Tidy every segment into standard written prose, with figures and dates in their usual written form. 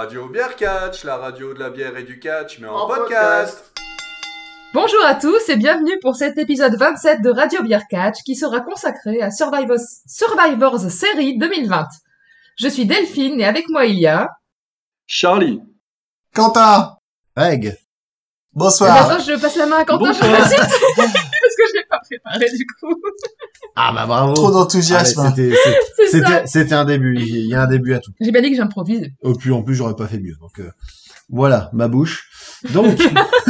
Radio Bière Catch, la radio de la bière et du catch, mais en podcast. Bonjour à tous et bienvenue pour cet épisode 27 de Radio Bière Catch qui sera consacré à Survivors Series 2020. Je suis Delphine et avec moi il y a... Charlie. Quentin. Greg. Bonsoir. Maintenant je passe la main à Quentin pour la suite parce que je l'ai pas préparé du coup. Ah bah bravo. Trop d'enthousiasme. Allez, c'était un début. Il y a un début à tout. J'ai bien dit que j'improvise. Et puis en plus j'aurais pas fait mieux. Donc voilà ma bouche. Donc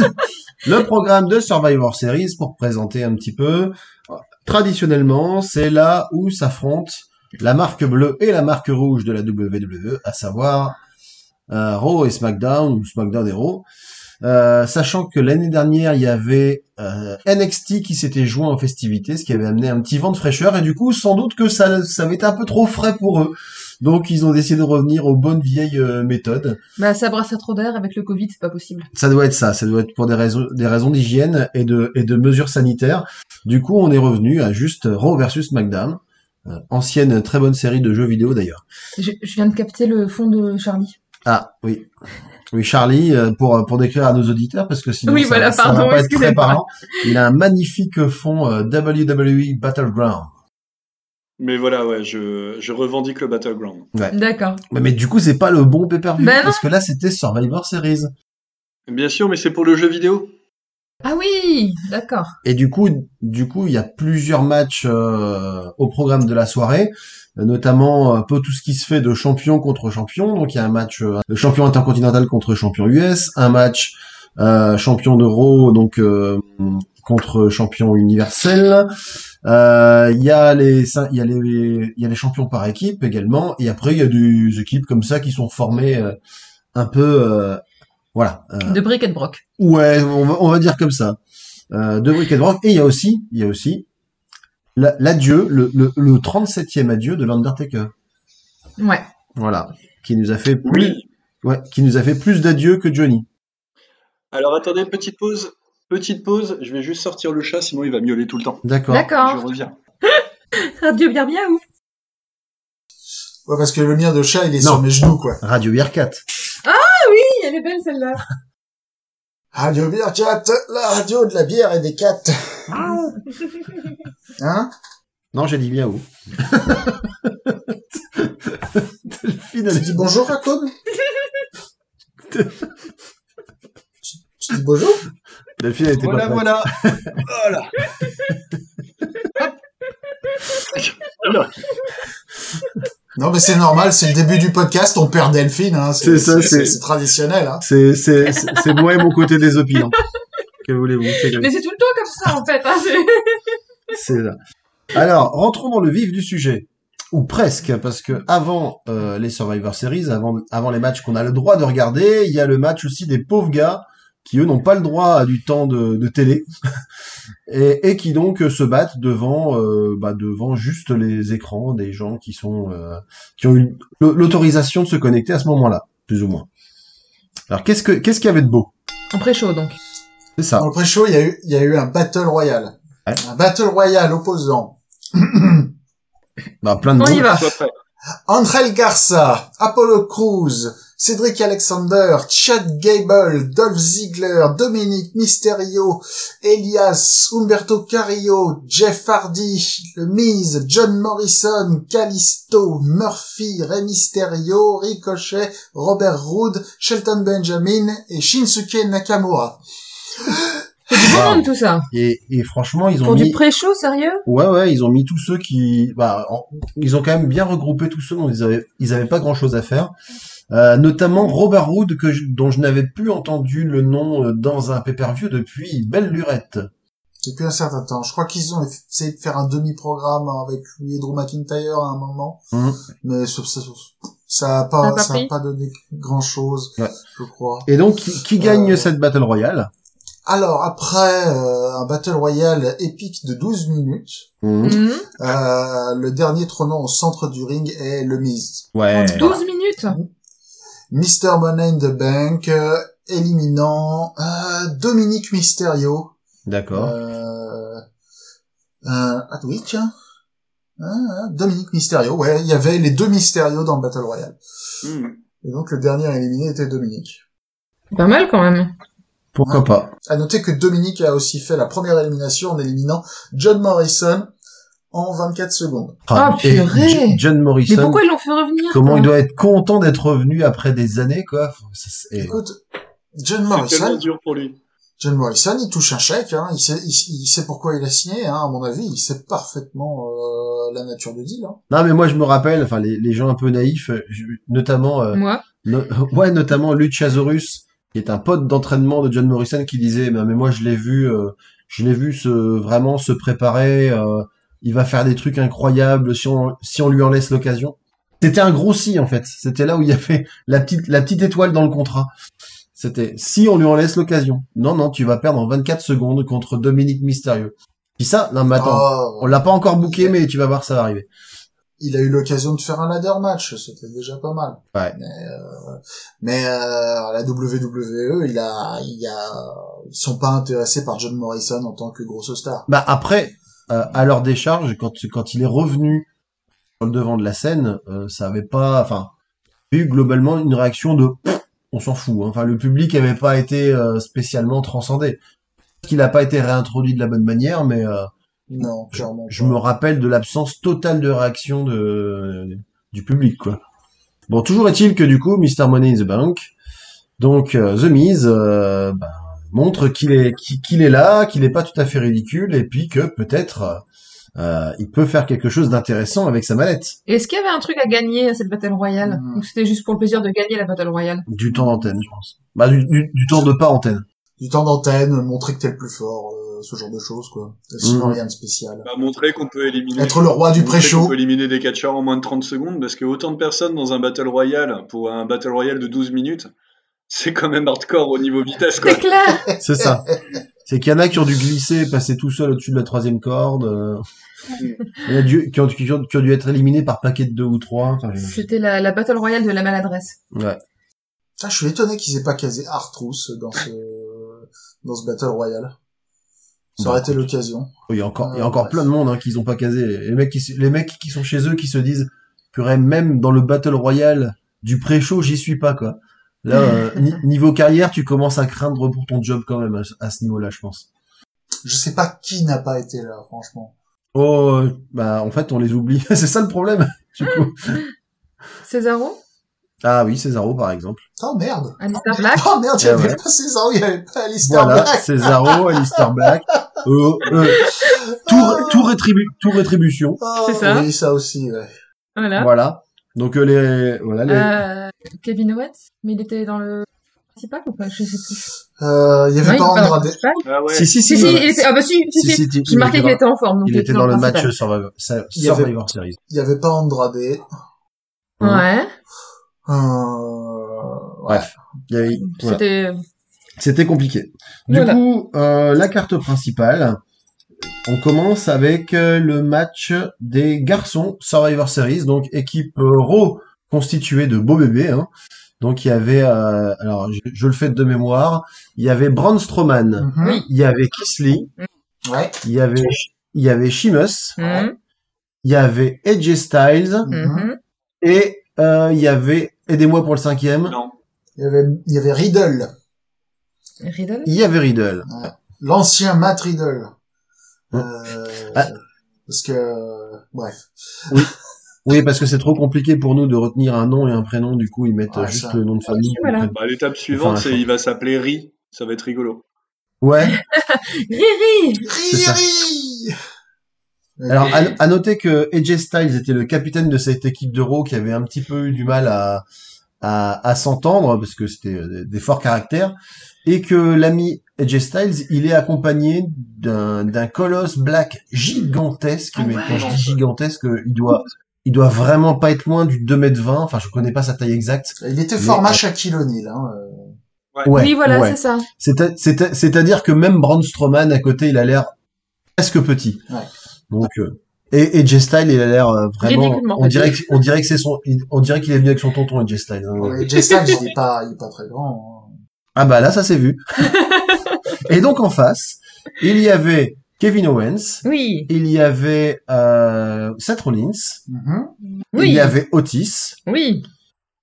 le programme de Survivor Series pour présenter un petit peu. Traditionnellement c'est là où s'affrontent la marque bleue et la marque rouge de la WWE, à savoir Raw et SmackDown ou SmackDown et Raw. Sachant que l'année dernière il y avait NXT qui s'était joint aux festivités, ce qui avait amené un petit vent de fraîcheur et du coup sans doute que ça avait été un peu trop frais pour eux, donc ils ont décidé de revenir aux bonnes vieilles méthodes. Bah ça brasserait trop d'air avec le Covid, c'est pas possible. Ça doit être pour des raisons d'hygiène et de mesures sanitaires. Du coup on est revenu à juste Raw versus SmackDown, ancienne très bonne série de jeux vidéo d'ailleurs. Je viens de capter le fond de Charlie. Ah oui. Oui, Charlie, pour décrire à nos auditeurs, parce que sinon oui, ça va pas être très parlant. Il a un magnifique fond WWE Battleground. Mais voilà, ouais, je revendique le Battleground. Ouais. D'accord. Mais du coup, c'est pas le bon pay-per-view, Ben parce que là, c'était Survivor Series. Bien sûr, mais c'est pour le jeu vidéo. Ah oui, d'accord. Et du coup, il y a plusieurs matchs au programme de la soirée, notamment un peu tout ce qui se fait de champion contre champion. Donc il y a un match de champion intercontinental contre champion US, un match champion d'Euro donc contre champion universel. Il y a les champions par équipe également, et après il y a des équipes comme ça qui sont formées un peu voilà. De brick et de broc. Ouais, on va dire comme ça. De brick et de broc. Et il y a aussi l'adieu, le 37e adieu de l'Undertaker. Ouais. Voilà. Qui nous a fait plus d'adieux que Johnny. Alors attendez, petite pause, je vais juste sortir le chat, sinon il va miauler tout le temps. D'accord. Je reviens. Radio Bière Miaou. Ouais, parce que le mien de chat, il est sur mes genoux, quoi. Radio Bière 4. Oui, elle est belle celle-là. Radio Bière 4, la radio de la bière et des cattes. Hein? Non, j'ai dit miaou. Delphine, Tu dis bonjour, Raccoon? Tu dis bonjour? Delphine a été pas prête. Voilà. Voilà. Non, mais c'est normal, c'est le début du podcast, on perd Delphine, hein. C'est traditionnel, hein. C'est moi et mon côté des opinions. Que voulez-vous? Mais c'est tout le temps comme ça en fait. Hein, c'est là. Alors, rentrons dans le vif du sujet. Ou presque, parce que avant les Survivor Series, avant les matchs qu'on a le droit de regarder, il y a le match aussi des pauvres gars qui eux n'ont pas le droit à du temps de télé et qui donc se battent devant juste les écrans des gens qui ont eu l'autorisation de se connecter à ce moment-là, plus ou moins. Alors qu'est-ce qu'il y avait de beau? En pré-show donc. C'est ça. Dans le pré-show, il y a eu un Battle Royale. Ouais. Un Battle Royale opposant. Plein de On y monde. va. Sois prêt. Angel Garza, Apollo Crews, Cedric Alexander, Chad Gable, Dolph Ziggler, Dominic Mysterio, Elias, Humberto Carrillo, Jeff Hardy, The Miz, John Morrison, Kalisto, Murphy, Rey Mysterio, Ricochet, Robert Roode, Shelton Benjamin et Shinsuke Nakamura. C'est du bon monde tout ça. Et franchement, ils ont Pour mis... du pré-show, sérieux? Ouais, ils ont mis tous ceux qui... ils ont quand même bien regroupé tous ceux dont ils avaient pas grand-chose à faire. Notamment Robert Roode, dont je n'avais plus entendu le nom dans un pay-per-view depuis belle lurette. Depuis un certain temps. Je crois qu'ils ont essayé de faire un demi-programme avec lui et Drew McIntyre à un moment. Mais ça a pas donné grand-chose, ouais. Je crois. Et donc, qui gagne cette Battle Royale? Alors, après un Battle Royale épique de 12 minutes, le dernier trônant au centre du ring est le Miz. Ouais. 12 minutes. Mr. Money in the Bank, éliminant Dominic Mysterio. D'accord. Oui, tiens. Dominic Mysterio, ouais, il y avait les deux Mysterio dans le Battle Royale. Et donc le dernier éliminé était Dominique. Pas mal quand même. Pourquoi pas. À noter que Dominique a aussi fait la première élimination en éliminant John Morrison en 24 secondes. Ah, et purée. John Mais Morrison, pourquoi ils l'ont fait revenir comment quoi il doit être content d'être revenu après des années, quoi. Écoute, John C'est tellement Morrison, dur pour lui. il touche un chèque, hein. Il sait pourquoi il a signé, hein. À mon avis, il sait parfaitement la nature du deal. Hein. Non, mais moi, je me rappelle, enfin, les gens un peu naïfs, notamment, Moi. notamment Luchasaurus, qui est un pote d'entraînement de John Morrison, qui disait, mais moi, je l'ai vu vraiment se préparer, il va faire des trucs incroyables si on lui en laisse l'occasion. C'était un gros si, en fait. C'était là où il y avait la petite étoile dans le contrat. C'était si on lui en laisse l'occasion. Non, tu vas perdre en 24 secondes contre Dominique Mysterio. Puis ça, non, mais attends, Oh, on l'a pas encore booké, mais tu vas voir, ça va arriver. il a eu l'occasion de faire un ladder match, c'était déjà pas mal. Ouais. Mais la WWE, ils sont pas intéressés par John Morrison en tant que grosse star. Bah après, à leur décharge, quand il est revenu sur le devant de la scène, ça avait pas, enfin, il y a eu globalement une réaction de on s'en fout. Hein. Enfin, le public avait pas été spécialement transcendé. Qu'il a pas été réintroduit de la bonne manière, mais Non, clairement. je me rappelle de l'absence totale de réaction du public, quoi. Bon, toujours est-il que du coup, Mr. Money in the Bank, donc The Miz, montre qu'il est là, qu'il est pas tout à fait ridicule, et puis que peut-être il peut faire quelque chose d'intéressant avec sa mallette. Est-ce qu'il y avait un truc à gagner à cette Battle Royale Ou c'était juste pour le plaisir de gagner la Battle Royale? Du temps d'antenne, je pense. Bah, du temps de pas antenne. Du temps d'antenne, montrer que t'es le plus fort, ce genre de choses, quoi. Sinon, rien de spécial. Bah, montrer qu'on peut éliminer. Être le roi du montrer pré-show. qu'on peut éliminer des catcheurs en moins de 30 secondes, parce que autant de personnes dans un Battle Royale, pour un Battle Royale de 12 minutes, c'est quand même hardcore au niveau vitesse, quoi. C'est clair. C'est ça. C'est qu'il y en a qui ont dû glisser, passer tout seul au-dessus de la 3e corde. Il y en a qui ont dû être éliminés par paquet de 2 ou 3. Enfin, C'était la Battle Royale de la maladresse. ouais. Ah, je suis étonné qu'ils aient pas casé R-Truth dans ce Battle Royale. Ça aurait été l'occasion. Il y a encore bref. plein de monde hein, qu'ils ont pas casé. Les mecs qui sont chez eux qui se disent purée, même dans le Battle Royale du pré-show, j'y suis pas quoi. Là niveau carrière, tu commences à craindre pour ton job quand même à ce niveau-là, je pense. Je sais pas qui n'a pas été là, franchement. Oh bah en fait, on les oublie. C'est ça le problème du coup. Cesaro? Ah oui, Cesaro par exemple. Oh merde. Alistair Black? Oh merde, il y Ah avait ouais. pas Cesaro, il y avait pas Alistair Voilà, Black. Cesaro, Alistair Black. Tout rétribution. Oh, C'est ça. Oui, ça aussi, ouais. Voilà. Voilà. Donc les Kevin Owens? Mais il était dans le principal ou pas? Je sais plus. Il y avait Non, il pas était dans le Andrade. principal. Ah ouais. Si, Si, il était, ah bah si. J'ai marqué qu'il était en forme. Donc Il était dans le match principal. Survivor Series. Il y avait pas Andrade. Ouais. Bref. Il y avait, voilà. C'était, C'était compliqué. Du Voilà. coup, la carte principale, on commence avec le match des garçons Survivor Series, donc équipe Raw constituée de beaux bébés. Hein. Donc il y avait, alors je le fais de mémoire, il y avait Braun Strowman, Mhm. Oui. il y avait Keith Lee, Ouais. il y avait Sheamus, Mhm. il y avait AJ Styles Mhm. et il y avait, aidez-moi pour le 5e, Non. Il y avait Riddle. Riddle? il y avait Riddle. L'ancien Matt Riddle. Ah. Parce que, bref. Oui, parce que c'est trop compliqué pour nous de retenir un nom et un prénom, du coup ils mettent Ah, juste ça. le nom de famille. Voilà. Bah, l'étape suivante, Enfin, c'est il va s'appeler Ri. Ça va être rigolo. Ouais. Riri! C'est ça. Riri! Alors, à noter que AJ Styles était le capitaine de cette équipe de Raw qui avait un petit peu eu du mal à s'entendre parce que c'était des forts caractères et que l'ami AJ Styles, il est accompagné d'un colosse black gigantesque, Ah mais ouais. quand je dis gigantesque, il doit vraiment pas être loin du 2,20 m, enfin je connais pas sa taille exacte. Il était Mais, format Shaquille O'Neal, hein. Ouais, Oui, voilà, ouais. c'est ça. C'est-à-dire que même Braun Strowman à côté, il a l'air presque petit. Ouais. Donc et AJ Styles, il a l'air vraiment. Ridiculement On dirait que c'est on dirait qu'il est venu avec son tonton AJ Styles. Hein. Ouais, Jay Styles, il est pas très grand. Ah bah là, ça s'est vu. Et donc en face, il y avait Kevin Owens, Oui. il y avait Seth Rollins, Mhm. il Oui. y avait Otis, Oui.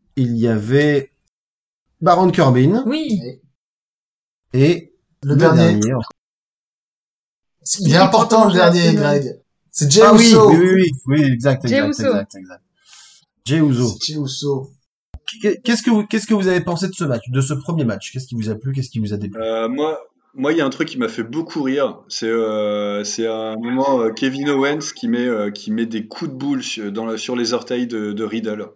il y avait Baron Corbin Oui. et Le dernier. Il est important, le dernier, Greg. C'est Jey Ah oui, Uso. oui, exact. Jey Uso. Jey Uso. C'est Jey Uso. Qu'est-ce que vous avez pensé de ce match, de ce premier match? Qu'est-ce qui vous a plu? Qu'est-ce qui vous a déplu? Moi, il y a un truc qui m'a fait beaucoup rire. C'est à un moment Kevin Owens qui met des coups de boule sur les orteils de Riddle.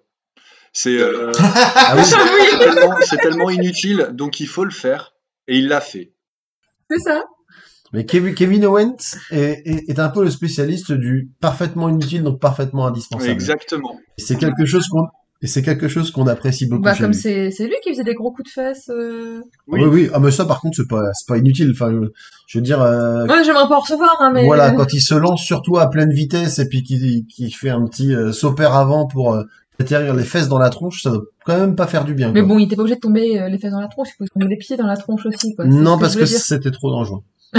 Ah oui. C'est tellement inutile, donc il faut le faire. Et il l'a fait. C'est ça. Mais Kevin Owens est un peu le spécialiste du parfaitement inutile, donc parfaitement indispensable. Exactement. Et c'est quelque chose qu'on apprécie beaucoup Bah, chez comme lui. c'est lui qui faisait des gros coups de fesses. Oui. Oui. Ah, mais ça, par contre, c'est pas inutile. Enfin, je veux dire, Ouais, j'aimerais pas en recevoir, hein, mais. voilà, quand il se lance surtout à pleine vitesse et puis qui fait un petit saupère avant pour atterrir les fesses dans la tronche, ça doit quand même pas faire du bien, Mais quoi. bon, il était pas obligé de tomber les fesses dans la tronche, il pouvait tomber les pieds dans la tronche aussi, quoi. C'est Non, ce parce je que voulais dire. c'était trop dangereux.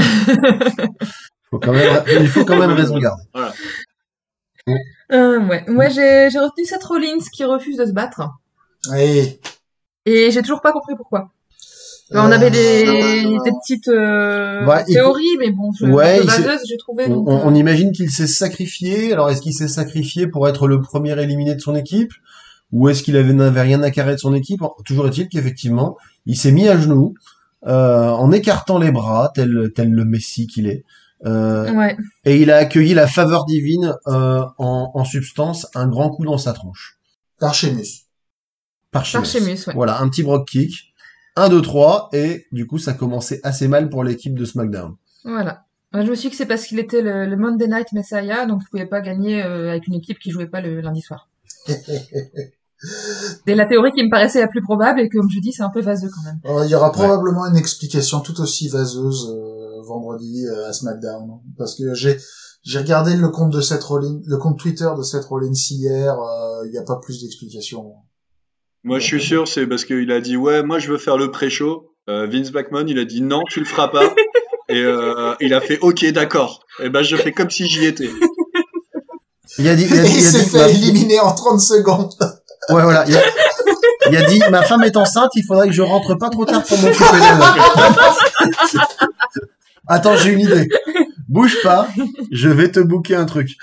Il faut quand même raison garder. Voilà. Ouais. Moi, j'ai retenu Seth Rollins qui refuse de se battre. Oui. Et j'ai toujours pas compris pourquoi. On avait des petites Ouais, théories, mais bon, Ouais, un peu il s'est- vaseuses, j'ai trouvé. On, Donc, on imagine qu'il s'est sacrifié. Alors, est-ce qu'il s'est sacrifié pour être le premier éliminé de son équipe? Ou est-ce qu'il n'avait rien à carrer de son équipe? Toujours est-il qu'effectivement, il s'est mis à genoux, en écartant les bras, tel le Messie qu'il est. ouais. Et il a accueilli la faveur divine, en substance, un grand coup dans sa tronche. Par Sheamus. Par Sheamus. Sheamus, ouais. Voilà, un petit brogue kick. 1, 2, 3, et du coup, ça commençait assez mal pour l'équipe de SmackDown. Voilà. Moi, je me suis dit que c'est parce qu'il était le Monday Night Messiah, donc il pouvait pas gagner avec une équipe qui jouait pas le lundi soir. C'est la théorie qui me paraissait la plus probable, et comme je dis, c'est un peu vaseux quand même. Il y aura probablement une explication tout aussi vaseuse vendredi à SmackDown, parce que j'ai regardé le compte de Seth Rollins, le compte Twitter de Seth Rollins hier. Il n'y a pas plus d'explications. Moi, je suis sûr, c'est parce qu'il a dit, ouais, moi, je veux faire le pré-show. Vince McMahon, il a dit, non, tu le feras pas. Et il a fait, ok, d'accord. Et ben, je fais comme si j'y étais. Il s'est fait éliminer en 30 secondes. Ouais, voilà. Il a dit, ma femme est enceinte, il faudrait que je rentre pas trop tard pour m'occuper d'elle. Attends, j'ai une idée. Bouge pas, je vais te booker un truc.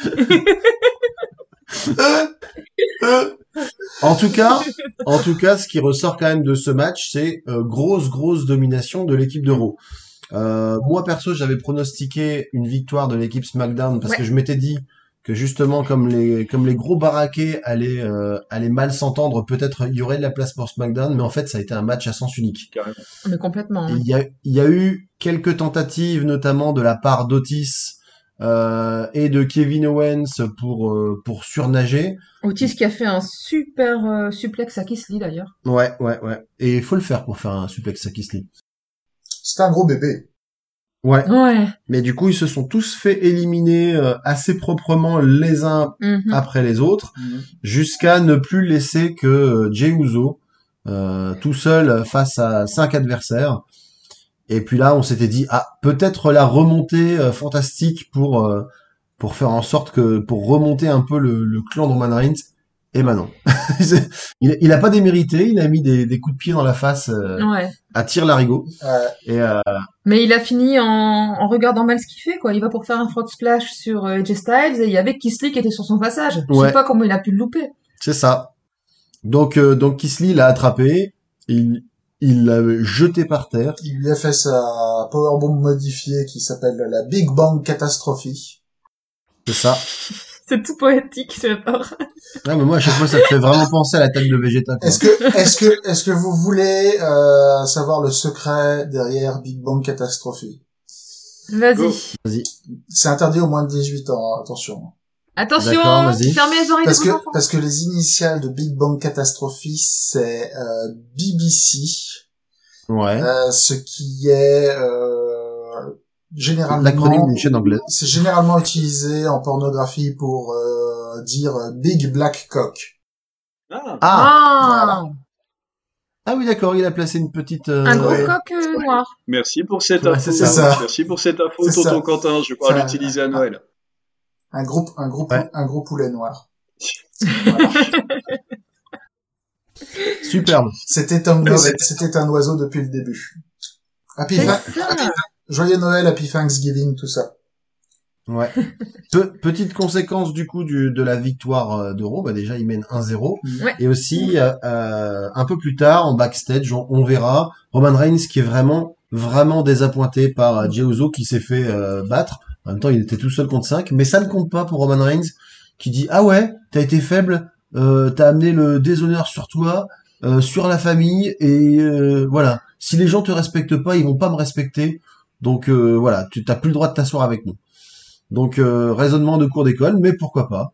En tout cas, ce qui ressort quand même de ce match, c'est grosse domination de l'équipe de Raw. Moi perso, j'avais pronostiqué une victoire de l'équipe SmackDown parce que je m'étais dit que justement, comme les gros baraquets allaient mal s'entendre, peut-être il y aurait de la place pour SmackDown, mais en fait, ça a été un match à sens unique. Carrément. Mais complètement. Il y a eu quelques tentatives, notamment de la part d'Otis et de Kevin Owens pour surnager. Otis qui a fait un super suplex à Kiss Lee d'ailleurs. Ouais. Et il faut le faire pour faire un suplex à Kiss Lee. C'est un gros bébé. Ouais. Ouais. Mais du coup, ils se sont tous fait éliminer assez proprement les uns après les autres, jusqu'à ne plus laisser que Jey Uso tout seul face à 5 adversaires. Et puis là, on s'était dit, peut-être la remontée fantastique pour faire en sorte que pour remonter un peu le clan de Roman Reigns. Et ben non. il a pas démérité, il a mis des coups de pied dans la face à tir larigot. Et mais il a fini en regardant mal ce qu'il fait, quoi. Il va pour faire un frog splash sur AJ Styles et il y avait Kiss Lee qui était sur son passage. Je sais pas comment il a pu le louper. C'est ça. Donc Kiss Lee l'a attrapé, il l'a jeté par terre. Il lui a fait sa powerbomb modifiée qui s'appelle la Big Bang Catastrophe. C'est ça. C'est tout poétique, j'adore. Ouais, mais moi, à chaque fois, ça me fait vraiment penser à la tête de Vegeta, quoi. Est-ce que vous voulez savoir le secret derrière Big Bang Catastrophe? Vas-y. C'est interdit aux moins de 18 ans, attention. Attention, d'accord, vas-y. fermez les oreilles de vos enfants. Parce que les initiales de Big Bang Catastrophe, c'est BBC. Ouais. Ce qui est généralement l'acronyme d'une chaîne anglaise. C'est généralement utilisé en pornographie pour dire Big Black Cock. Ah oui, d'accord, il a placé une petite un gros coq noir. Merci pour cette info. C'est ça. Merci pour cette info, C'est tonton ça. Quentin. Je vais pouvoir l'utiliser à Noël. Un gros poulet noir. Voilà. Superbe. C'était un oiseau depuis le début. C'est ça. Joyeux Noël, Happy Thanksgiving, tout ça. Ouais. Petite conséquence du coup de la victoire de Raw, bah déjà il mène 1-0. Ouais. Et aussi un peu plus tard en backstage, on verra Roman Reigns qui est vraiment désappointé par Jey Uso qui s'est fait battre. En même temps, il était tout seul contre 5, mais ça ne compte pas pour Roman Reigns qui dit ah ouais, t'as été faible, t'as amené le déshonneur sur toi, sur la famille et voilà. Si les gens te respectent pas, ils vont pas me respecter. Donc voilà, tu t'as plus le droit de t'asseoir avec nous. Donc raisonnement de cours d'école, mais pourquoi pas.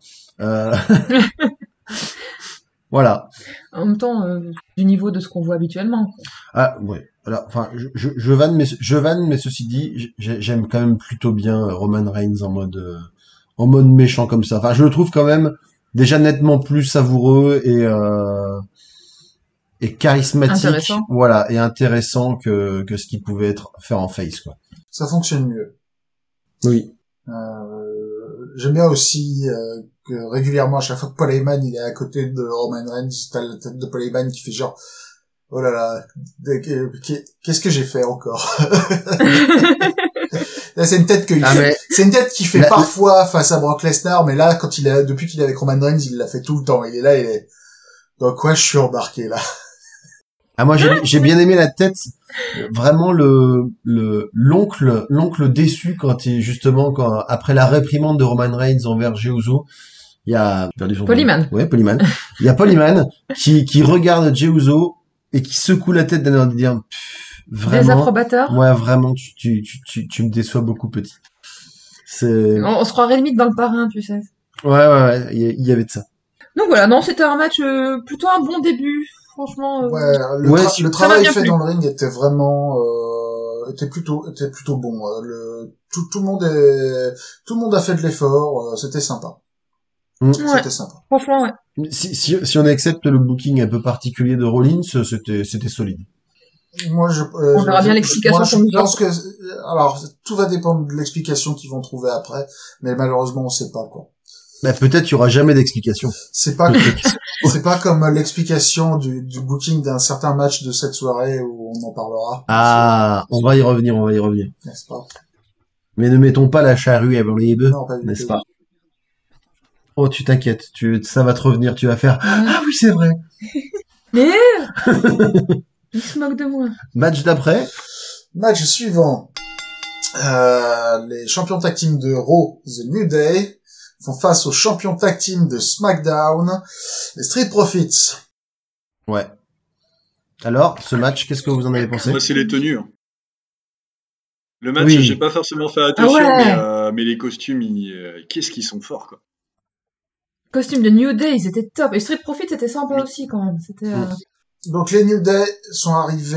Voilà. En même temps, du niveau de ce qu'on voit habituellement. Ah ouais. Alors, enfin, je vanne, mais ceci dit, j'aime quand même plutôt bien Roman Reigns en mode méchant comme ça. Enfin, je le trouve quand même déjà nettement plus savoureux et charismatique, Intéressant. voilà, et intéressant que ce qu'il pouvait faire en face, quoi. Ça fonctionne mieux. Oui. J'aime bien aussi que régulièrement, à chaque fois que Paul Heyman il est à côté de Roman Reigns, t'as la tête de Paul Heyman qui fait genre oh là là, qu'est-ce que j'ai fait encore? Là, c'est une tête c'est une tête qu'il fait parfois face à Brock Lesnar, mais là, depuis qu'il est avec Roman Reigns, il l'a fait tout le temps. Il est là, dans quoi je suis embarqué là? Ah, moi, j'ai bien aimé la tête, vraiment l'oncle déçu quand après la réprimande de Roman Reigns envers Jey Uso, il y a, Paul Heyman. Ouais, Paul Heyman. Il y a Paul Heyman qui regarde Jey Uso et qui secoue la tête d'un air de dire, vraiment. Désapprobateur. Ouais, vraiment, tu me déçois beaucoup, petit. On se croirait limite dans le parrain, tu sais. Ouais, il y avait de ça. Donc voilà, non, c'était un match plutôt un bon début, franchement. Ouais, le travail fait dans le ring était vraiment était plutôt bon. Tout le monde a fait de l'effort, c'était sympa. Ouais. C'était sympa. Franchement, ouais. Si on accepte le booking un peu particulier de Rollins, c'était solide. Moi, on verra bien l'explication je qu'on nous pense que, alors, tout va dépendre de l'explication qu'ils vont trouver après, mais malheureusement, on sait pas, quoi. Bah, peut-être il y aura jamais d'explication. C'est pas comme l'explication du booking d'un certain match de cette soirée où on en parlera. Ah, on va y revenir. N'est-ce pas? Mais ne mettons pas la charrue avant les bœufs, Non, pas du n'est-ce tout. pas? Oh, tu t'inquiètes, ça va te revenir, tu vas faire, ah oui, c'est vrai. Mais il se moque de moi. Match d'après. Match suivant. Les champions tag team de Raw, The New Day, font face aux champions tag team de SmackDown, les Street Profits. Ouais. Alors, ce match, qu'est-ce que vous en avez pensé? Moi, c'est les tenues. Hein. Le match, Oui. j'ai pas forcément fait attention, ouais. mais les costumes, qu'est-ce qu'ils sont forts, quoi. Costume de New Day, ils étaient top. Et Street Profits, c'était sympa aussi, quand même. C'était, Donc les New Day sont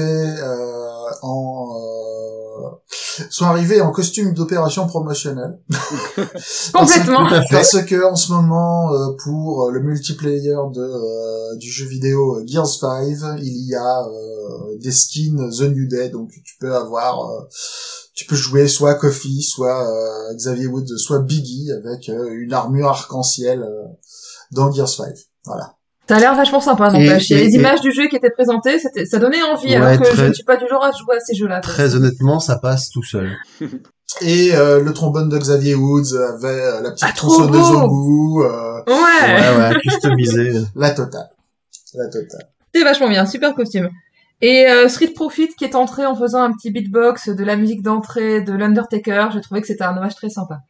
arrivés en costume d'opération promotionnelle. Complètement. Parce que en ce moment, pour le multiplayer du jeu vidéo Gears 5, il y a des skins The New Day, donc tu peux jouer soit Kofi, soit Xavier Woods, soit Biggie avec une armure arc-en-ciel dans Gears 5. Voilà. Ça a l'air vachement sympa, n'empêche. Il y a les et- images du jeu qui étaient présentées, ça donnait envie, Ouais, alors que je très- ne suis pas du genre à jouer à ces jeux-là. quoi. Très honnêtement, ça passe tout seul. Et le trombone de Xavier Woods avait la petite Ah, trop tronçonneuse beau au bout, Ouais, Ouais, customisé. la totale. c'était vachement bien, super costume. Et Street Profit qui est entré en faisant un petit beatbox de la musique d'entrée de l'Undertaker, j'ai trouvé que c'était un hommage très sympa.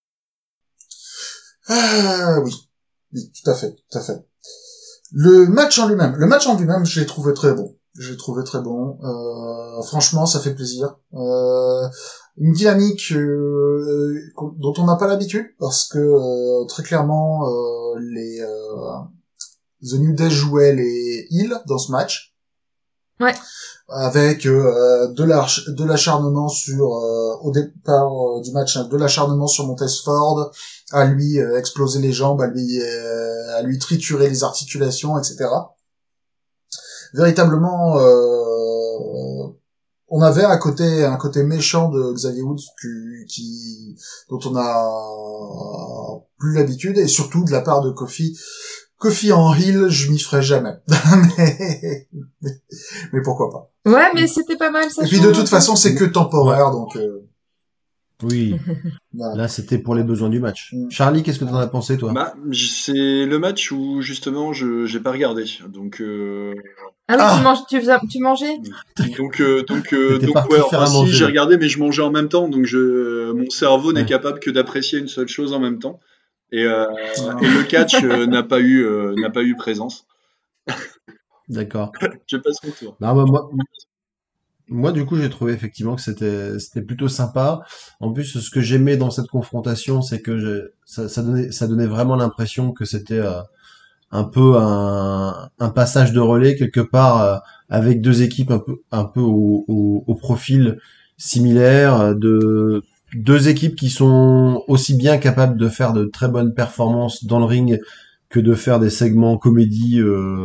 Oui, tout à fait. Le match en lui-même, je l'ai trouvé très bon. Franchement, ça fait plaisir. Une dynamique dont on n'a pas l'habitude, parce que très clairement, The New Day jouait les heels dans ce match. Ouais. Avec de l'acharnement sur au départ du match, de l'acharnement sur Montez Ford, à lui exploser les jambes, à lui triturer les articulations, etc. Véritablement, on avait un côté méchant de Xavier Woods dont on a plus l'habitude, et surtout de la part de Kofi Kofi en heel, je m'y ferai jamais. mais, mais pourquoi pas. Ouais, mais c'était pas mal, ça. Et puis de toute façon, c'est que temporaire, donc Oui, voilà. là c'était pour les besoins du match. Mm. Charlie, qu'est-ce que t'en as pensé, toi? Bah, c'est le match où justement j'ai pas regardé. Donc Ah oui, Ah tu mangeais? T'étais parti ouais, faire enfin à si manger. j'ai regardé, mais je mangeais en même temps, donc mon cerveau n'est Ouais. capable que d'apprécier une seule chose en même temps. Et Non. le catch n'a pas eu présence. D'accord. Je passe mon tour. Non, bah, moi, du coup, j'ai trouvé effectivement que c'était plutôt sympa. En plus, ce que j'aimais dans cette confrontation, c'est que ça donnait vraiment l'impression que c'était un peu un passage de relais quelque part avec deux équipes un peu au profil similaire, de deux équipes qui sont aussi bien capables de faire de très bonnes performances dans le ring que de faire des segments comédie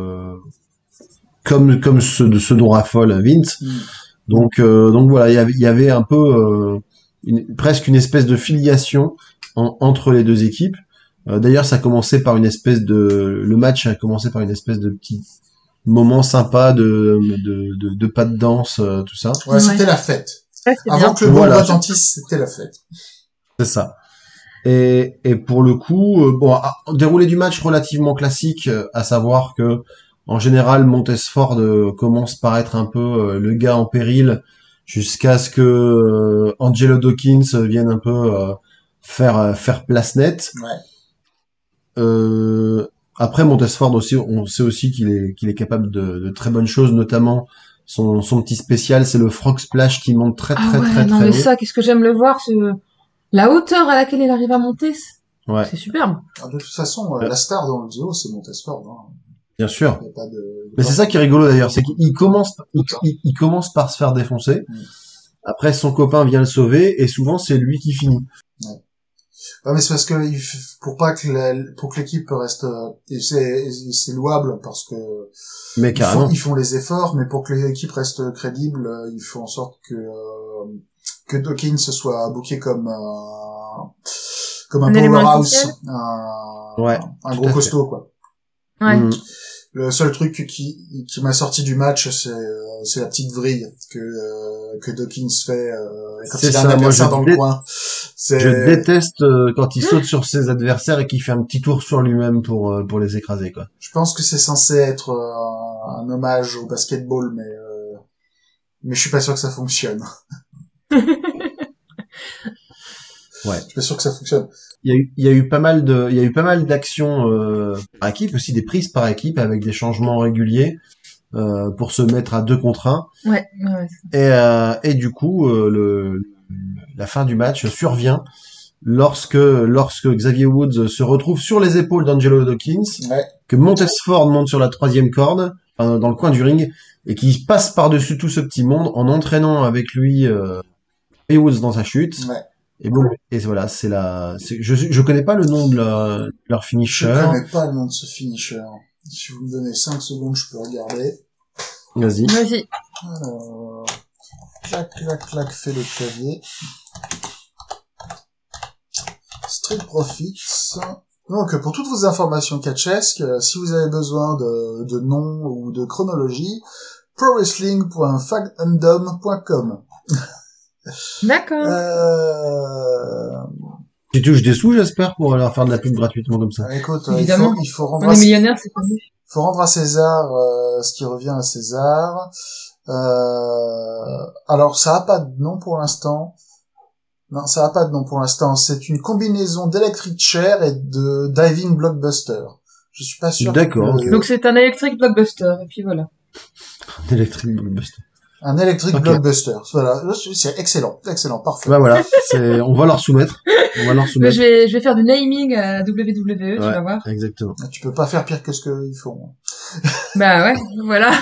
comme ceux dont raffole Vince. Mm. Donc voilà, il y avait un peu presque une espèce de filiation entre les deux équipes. D'ailleurs, le match a commencé par une espèce de petit moment sympa de pas de danse, tout ça. Ouais, Ouais. c'était la fête. Ouais, c'est Avant bien. que le bon Voilà. retentisse, c'était la fête. C'est ça. Et pour le coup, déroulé du match relativement classique, à savoir que en général Montesford commence par être un peu le gars en péril jusqu'à ce que Angelo Dawkins vienne un peu faire place nette. Ouais. Après Montesford aussi, on sait aussi qu'il est capable de très bonnes choses, notamment son petit spécial, c'est le frog splash qui monte très Ah très ouais, très non très mais haut. ça, qu'est-ce que j'aime le voir, la hauteur à laquelle il arrive à monter, Ouais, c'est superbe. Ah, de toute façon, la star dans le duo, c'est Montesford. Hein. bien sûr. Il y a pas de... Mais c'est ça qui est rigolo d'ailleurs, c'est qu'il commence par se faire défoncer. Mm. Après, son copain vient le sauver et souvent c'est lui qui finit. Ouais, mais c'est parce que pour que l'équipe reste, et c'est louable parce que Mais carrément. ils font les efforts, mais pour que l'équipe reste crédible, ils font en sorte que Dawkins soit booké comme un Un élément powerhouse, essentiel. Ouais, un tout gros à fait. costaud quoi. Ouais. Mm. Le seul truc qui m'a sorti du match, c'est la petite vrille que Dawkins fait quand C'est il a un ça, moi, adversaire dans le coin. Je déteste quand il saute sur ses adversaires et qu'il fait un petit tour sur lui-même pour les écraser, quoi. Je pense que c'est censé être un hommage au basketball, mais je suis pas sûr que ça fonctionne. Ouais. Je suis pas sûr que ça fonctionne. Il y a eu pas mal d'actions par équipe, aussi des prises par équipe avec des changements réguliers pour se mettre à 2 contre 1. Ouais, ouais. Et du coup, la fin du match survient lorsque Xavier Woods se retrouve sur les épaules d'Angelo Dawkins, Ouais. que Montesford monte sur la 3e corde, enfin, dans le coin du ring, et qui passe par-dessus tout ce petit monde en entraînant avec lui Xavier Woods dans sa chute. Ouais. Et bon, et voilà, je connais pas le nom de leur Je finisher. connais pas le nom de ce finisher. Si vous me donnez 5 secondes, je peux regarder. Vas-y. Vas-y. Alors, clac, clac, clac, fait le clavier. Street Profits. Donc, pour toutes vos informations catchesques, si vous avez besoin de noms ou de chronologie, prowrestling.fagundom.com. D'accord. Tu touches des sous, j'espère, pour leur faire de la pub gratuitement comme ça. Écoute, Évidemment. il faut rendre On est millionnaire, c'est pas mieux. faut rendre à César ce qui revient à César. Alors, ça a pas de nom pour l'instant. Non, ça a pas de nom pour l'instant. C'est une combinaison d'Electric Chair et de Diving Blockbuster. Je suis pas sûr. D'accord, que- ok. Donc c'est un électrique blockbuster, et puis voilà. Electric Blockbuster. Un Electric Ok. Blockbuster. Voilà. C'est excellent. Excellent. Parfait. Bah voilà, on va leur soumettre. On va leur Mais soumettre. je vais faire du naming à WWE, tu Ouais. vas voir. Exactement. Tu peux pas faire pire que ce qu'ils font. Bah ouais, voilà.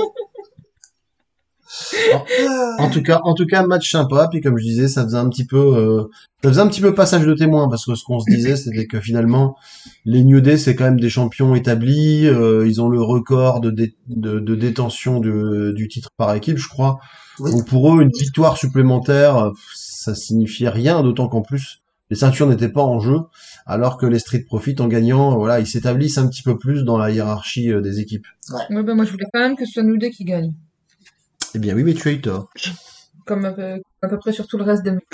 En tout cas, match sympa. Puis comme je disais, ça faisait un petit peu passage de témoin parce que ce qu'on se disait, c'était que finalement, les New Day, c'est quand même des champions établis. Ils ont le record de détention du titre par équipe, je crois. Oui. Donc pour eux, une victoire supplémentaire, ça signifiait rien. D'autant qu'en plus, les ceintures n'étaient pas en jeu, alors que les Street Profits, en gagnant, voilà, ils s'établissent un petit peu plus dans la hiérarchie des équipes. Ouais, bah moi, je voulais quand même que ce soit nous deux qui gagnent. Eh bien oui, mais tu as eu tort. Comme à peu près sur tout le reste des...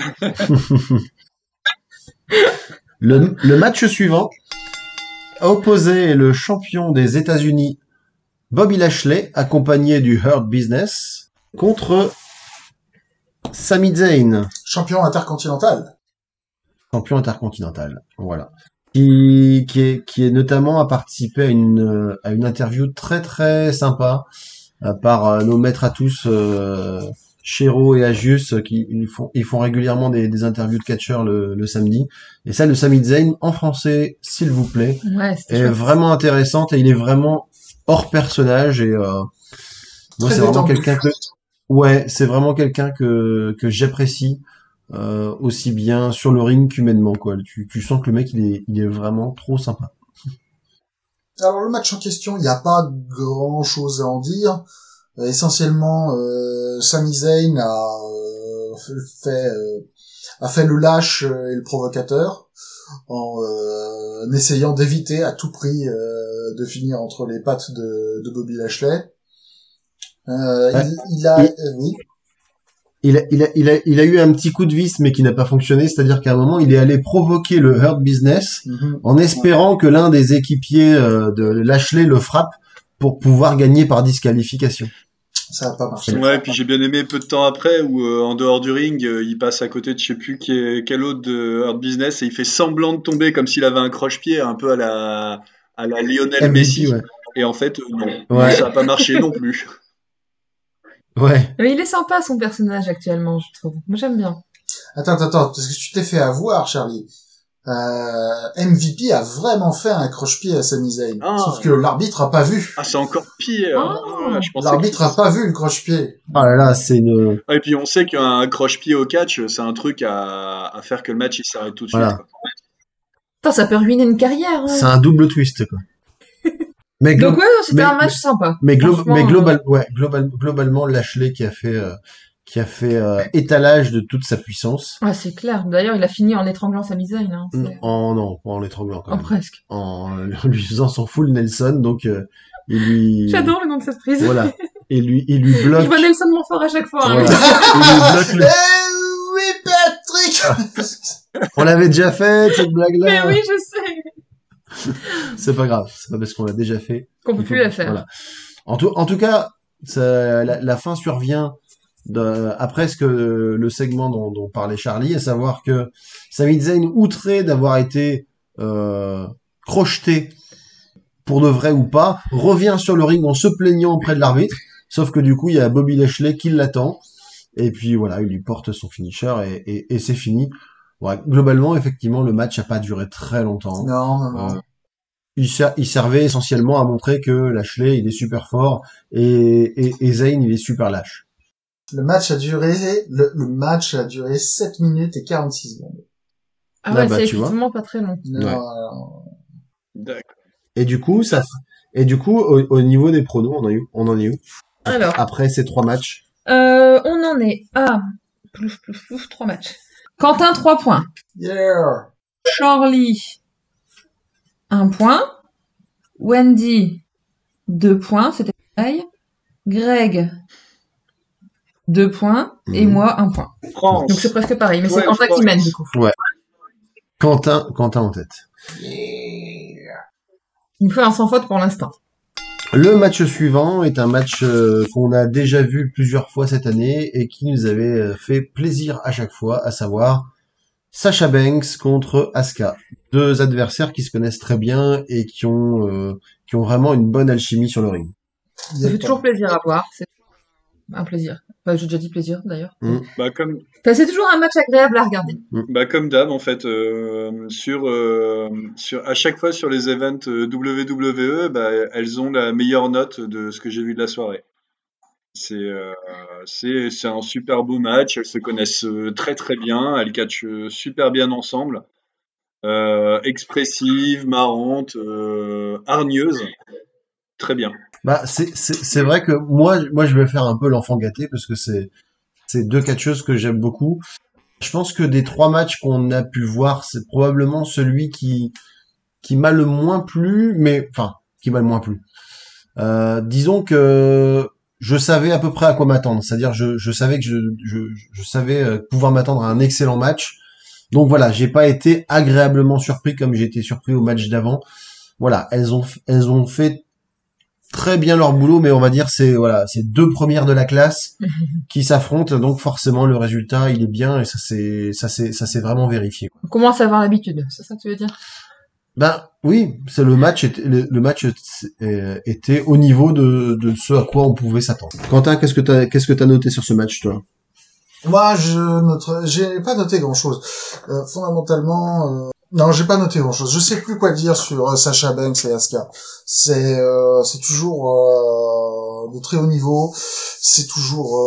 Le match suivant opposait le champion des États-Unis, Bobby Lashley, accompagné du Hurt Business, contre Sami Zayn, Champion intercontinental. champion intercontinental. Voilà. Qui est notamment a participé à une interview très très sympa par nos maîtres à tous, Chéro et Agius, ils font régulièrement des interviews de catcheurs le samedi. Et ça, le Sami Zayn en français, s'il vous plaît, Ouais, c'était est chouette. vraiment intéressante et il est vraiment hors personnage et moi Très c'est vraiment détendu. quelqu'un c'est vraiment quelqu'un que j'apprécie aussi bien sur le ring qu'humainement quoi. Tu sens que le mec il est vraiment trop sympa. Alors le match en question, il n'y a pas grand chose à en dire. Essentiellement, Sami Zayn a fait le lâche et le provocateur en essayant d'éviter à tout prix de finir entre les pattes de Bobby Lashley. Oui. Il a eu un petit coup de vis mais qui n'a pas fonctionné, c'est-à-dire qu'à un moment il est allé provoquer le Hurt Business en espérant que l'un des équipiers de Lashley le frappe pour pouvoir gagner par disqualification. Ça a pas marché. Ouais, puis j'ai bien aimé peu de temps après où en dehors du ring, il passe à côté de je sais plus quel autre de Hurt Business et il fait semblant de tomber comme s'il avait un croche-pied un peu à la Lionel MVP, Messi. ouais. Et en fait, non, Ouais. ça a pas marché non plus. Ouais. Mais il est sympa, son personnage, actuellement, je trouve. Moi, j'aime bien. Attends, parce que tu t'es fait avoir, Charlie. MVP a vraiment fait un croche-pied à Sami Zayn. Ah. Sauf que l'arbitre a pas vu. Ah, c'est encore pire. Ah. Ah, je pensais L'arbitre a pas vu le croche-pied. Oh là là, c'est une Et puis on sait qu'un croche-pied au catch, c'est un truc à faire que le match il s'arrête tout de suite. Voilà. Quoi. Putain, ça peut ruiner une carrière. c'est un double twist quoi. Mais Donc ouais, c'était mais- un match sympa. Mais, Franchement, globalement, Lashley qui a fait étalage de toute sa puissance. Ouais, c'est clair. D'ailleurs, il a fini en étranglant Sami Zayn. Hein. Non, pas en l'étranglant quand Oh, même. presque. En lui faisant son full Nelson, donc il lui J'adore le nom de cette prise. voilà, il lui bloque. Je vois Nelson Montfort à chaque fois. Hein, Voilà. lui. Il lui bloque le- Eh oui, Patrick! On l'avait déjà fait cette blague-là. Mais oui, je sais. C'est pas grave, c'est pas parce qu'on l'a déjà fait. Qu'on peut Il faut- plus la faire. Voilà. En tout cas, la fin survient après le segment dont parlait Charlie, à savoir que Sami Zayn, outré d'avoir été crocheté pour de vrai ou pas, revient sur le ring en se plaignant auprès de l'arbitre, sauf que du coup, il y a Bobby Lashley qui l'attend, et puis voilà, il lui porte son finisher, et c'est fini. Ouais, globalement, effectivement, le match n'a pas duré très longtemps. Non. Il servait essentiellement à montrer que Lashley, il est super fort, et Zayn, il est super lâche. Le match a duré 7 minutes et 46 secondes. Ah ouais, bah, c'est tu vois. effectivement pas très long. Non, Ouais. alors, D'accord. Et du coup, au niveau des pronos, on en est où Alors, après ces 3 matchs? on en est à... Plouf, 3 matchs. Quentin, 3 points. yeah! Charlie, 1 point. Wendy, 2 points, c'était pareil. Greg, 2 points. Et Mhm. moi, 1 point. France. Donc c'est presque pareil, mais Ouais, c'est Quentin je crois qui mène que- du coup. Quentin en tête. Il me fait un sans faute pour l'instant. Le match suivant est un match qu'on a déjà vu plusieurs fois cette année et qui nous avait fait plaisir à chaque fois, à savoir Sasha Banks contre Asuka. 2 adversaires qui se connaissent très bien et qui ont vraiment une bonne alchimie sur le ring. Ça fait toujours plaisir à voir. C'est un plaisir. Enfin, j'ai déjà dit plaisir d'ailleurs. Bah comme Enfin, c'est toujours un match agréable à regarder. comme d'hab en fait sur à chaque fois sur les events WWE, bah elles ont la meilleure note de ce que j'ai vu de la soirée. C'est un super beau match, elles se connaissent très très bien, elles catchent super bien ensemble. Expressive, marrante, hargneuse, très bien. Bah c'est vrai que moi je vais faire un peu l'enfant gâté parce que c'est 2 catcheuses que j'aime beaucoup. Je pense que des 3 matchs qu'on a pu voir, c'est probablement celui qui m'a le moins plu, mais enfin, qui m'a le moins plu. Disons que je savais à peu près à quoi m'attendre, c'est-à-dire je savais que je savais pouvoir m'attendre à un excellent match. Donc voilà, j'ai pas été agréablement surpris comme j'ai été surpris au match d'avant. Voilà, elles ont fait très bien leur boulot, mais on va dire c'est 2 premières de la classe qui s'affrontent, donc forcément le résultat il est bien et ça s'est vraiment vérifié. On commence à avoir l'habitude, c'est ça que tu veux dire? Ben oui, c'est le match était au niveau de ce à quoi on pouvait s'attendre. Quentin, qu'est-ce que t'as noté sur ce match, toi? Moi, j'ai pas noté grand-chose. Fondamentalement, non, j'ai pas noté grand-chose. Je sais plus quoi dire sur Sasha Banks et Asuka. C'est toujours de très haut niveau. C'est toujours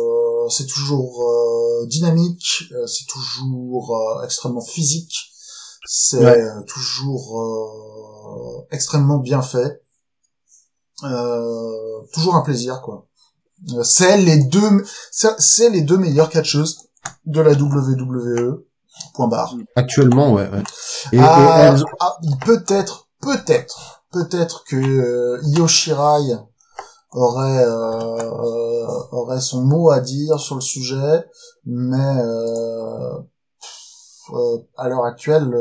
dynamique. C'est toujours extrêmement physique. C'est toujours extrêmement bien fait. Toujours un plaisir, quoi. C'est les deux meilleures catcheuses de la WWE. Point barre. Actuellement, ouais. Et Peut-être que Io Shirai aurait son mot à dire sur le sujet, mais à l'heure actuelle,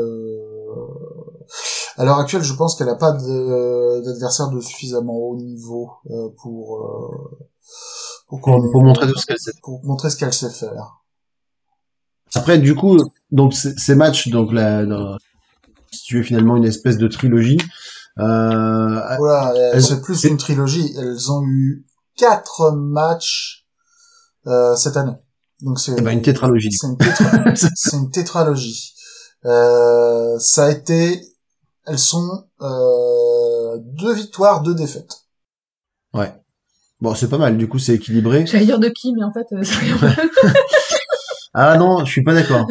je pense qu'elle n'a pas d'adversaire de suffisamment haut niveau pour montrer tout ce qu'elle sait. Pour montrer ce qu'elle sait faire. Après, du coup, donc ces matchs, donc si tu veux finalement une espèce de trilogie. Voilà, c'est plus une trilogie. Elles ont eu 4 matchs cette année. Donc c'est une tétralogie. C'est une tétralogie. Ça a été, elles sont 2 victoires, 2 défaites. Ouais. Bon, c'est pas mal. Du coup, c'est équilibré. J'allais dire de qui, mais en fait, c'est rien. Ah non, je suis pas d'accord.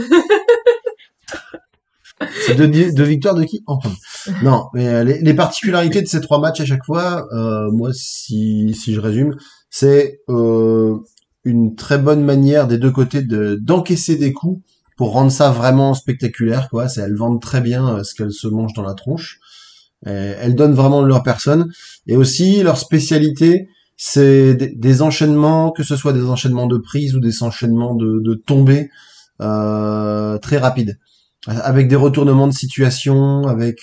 C'est 2 victoires de qui? Enfin, non, mais les particularités de ces 3 matchs à chaque fois, moi, si je résume, c'est une très bonne manière des 2 côtés d'encaisser des coups pour rendre ça vraiment spectaculaire, quoi. Elles vendent très bien ce qu'elles se mangent dans la tronche. Elles donnent vraiment leur personne. Et aussi, leur spécialité, c'est des enchaînements, que ce soit des enchaînements de prise ou des enchaînements de tombées très rapides, avec des retournements de situation, avec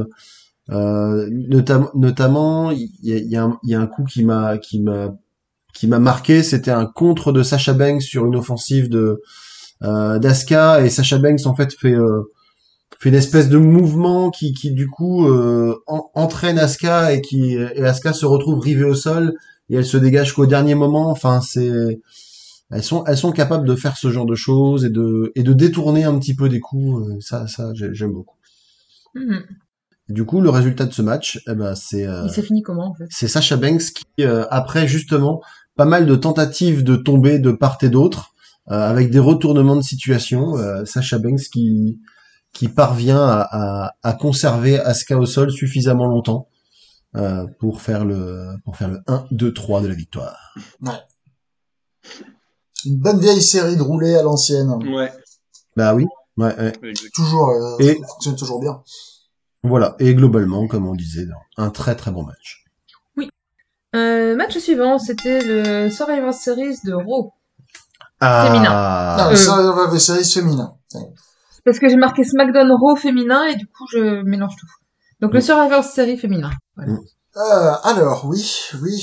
notamment il y a un coup qui m'a marqué, c'était un contre de Sasha Banks sur une offensive d'Asuka, et Sasha Banks en fait fait une espèce de mouvement qui du coup entraîne Asuka et Asuka se retrouve rivée au sol et elle se dégage qu'au dernier moment. Enfin, elles sont capables de faire ce genre de choses et de détourner un petit peu des coups. Ça j'aime beaucoup. Mm-hmm. Du coup, le résultat de ce match, il s'est fini comment en fait? C'est Sasha Banks qui, après justement pas mal de tentatives de tomber de part et d'autre, avec des retournements de situation, Sasha Banks qui parvient à conserver Asuka au sol suffisamment longtemps pour faire le 1, 2, 3 de la victoire. Ouais. Une bonne vieille série de roulés à l'ancienne. Ouais. Bah oui. Ouais. Toujours, et ça fonctionne toujours bien. Voilà. Et globalement, comme on disait, un très très bon match. Oui. Match suivant, c'était le Survivor Series de Raw. Féminin. Non, le Survivor Series féminin. Parce que j'ai marqué SmackDown Raw féminin et du coup je mélange tout. Donc le Survivor Series féminin. Voilà. Alors oui.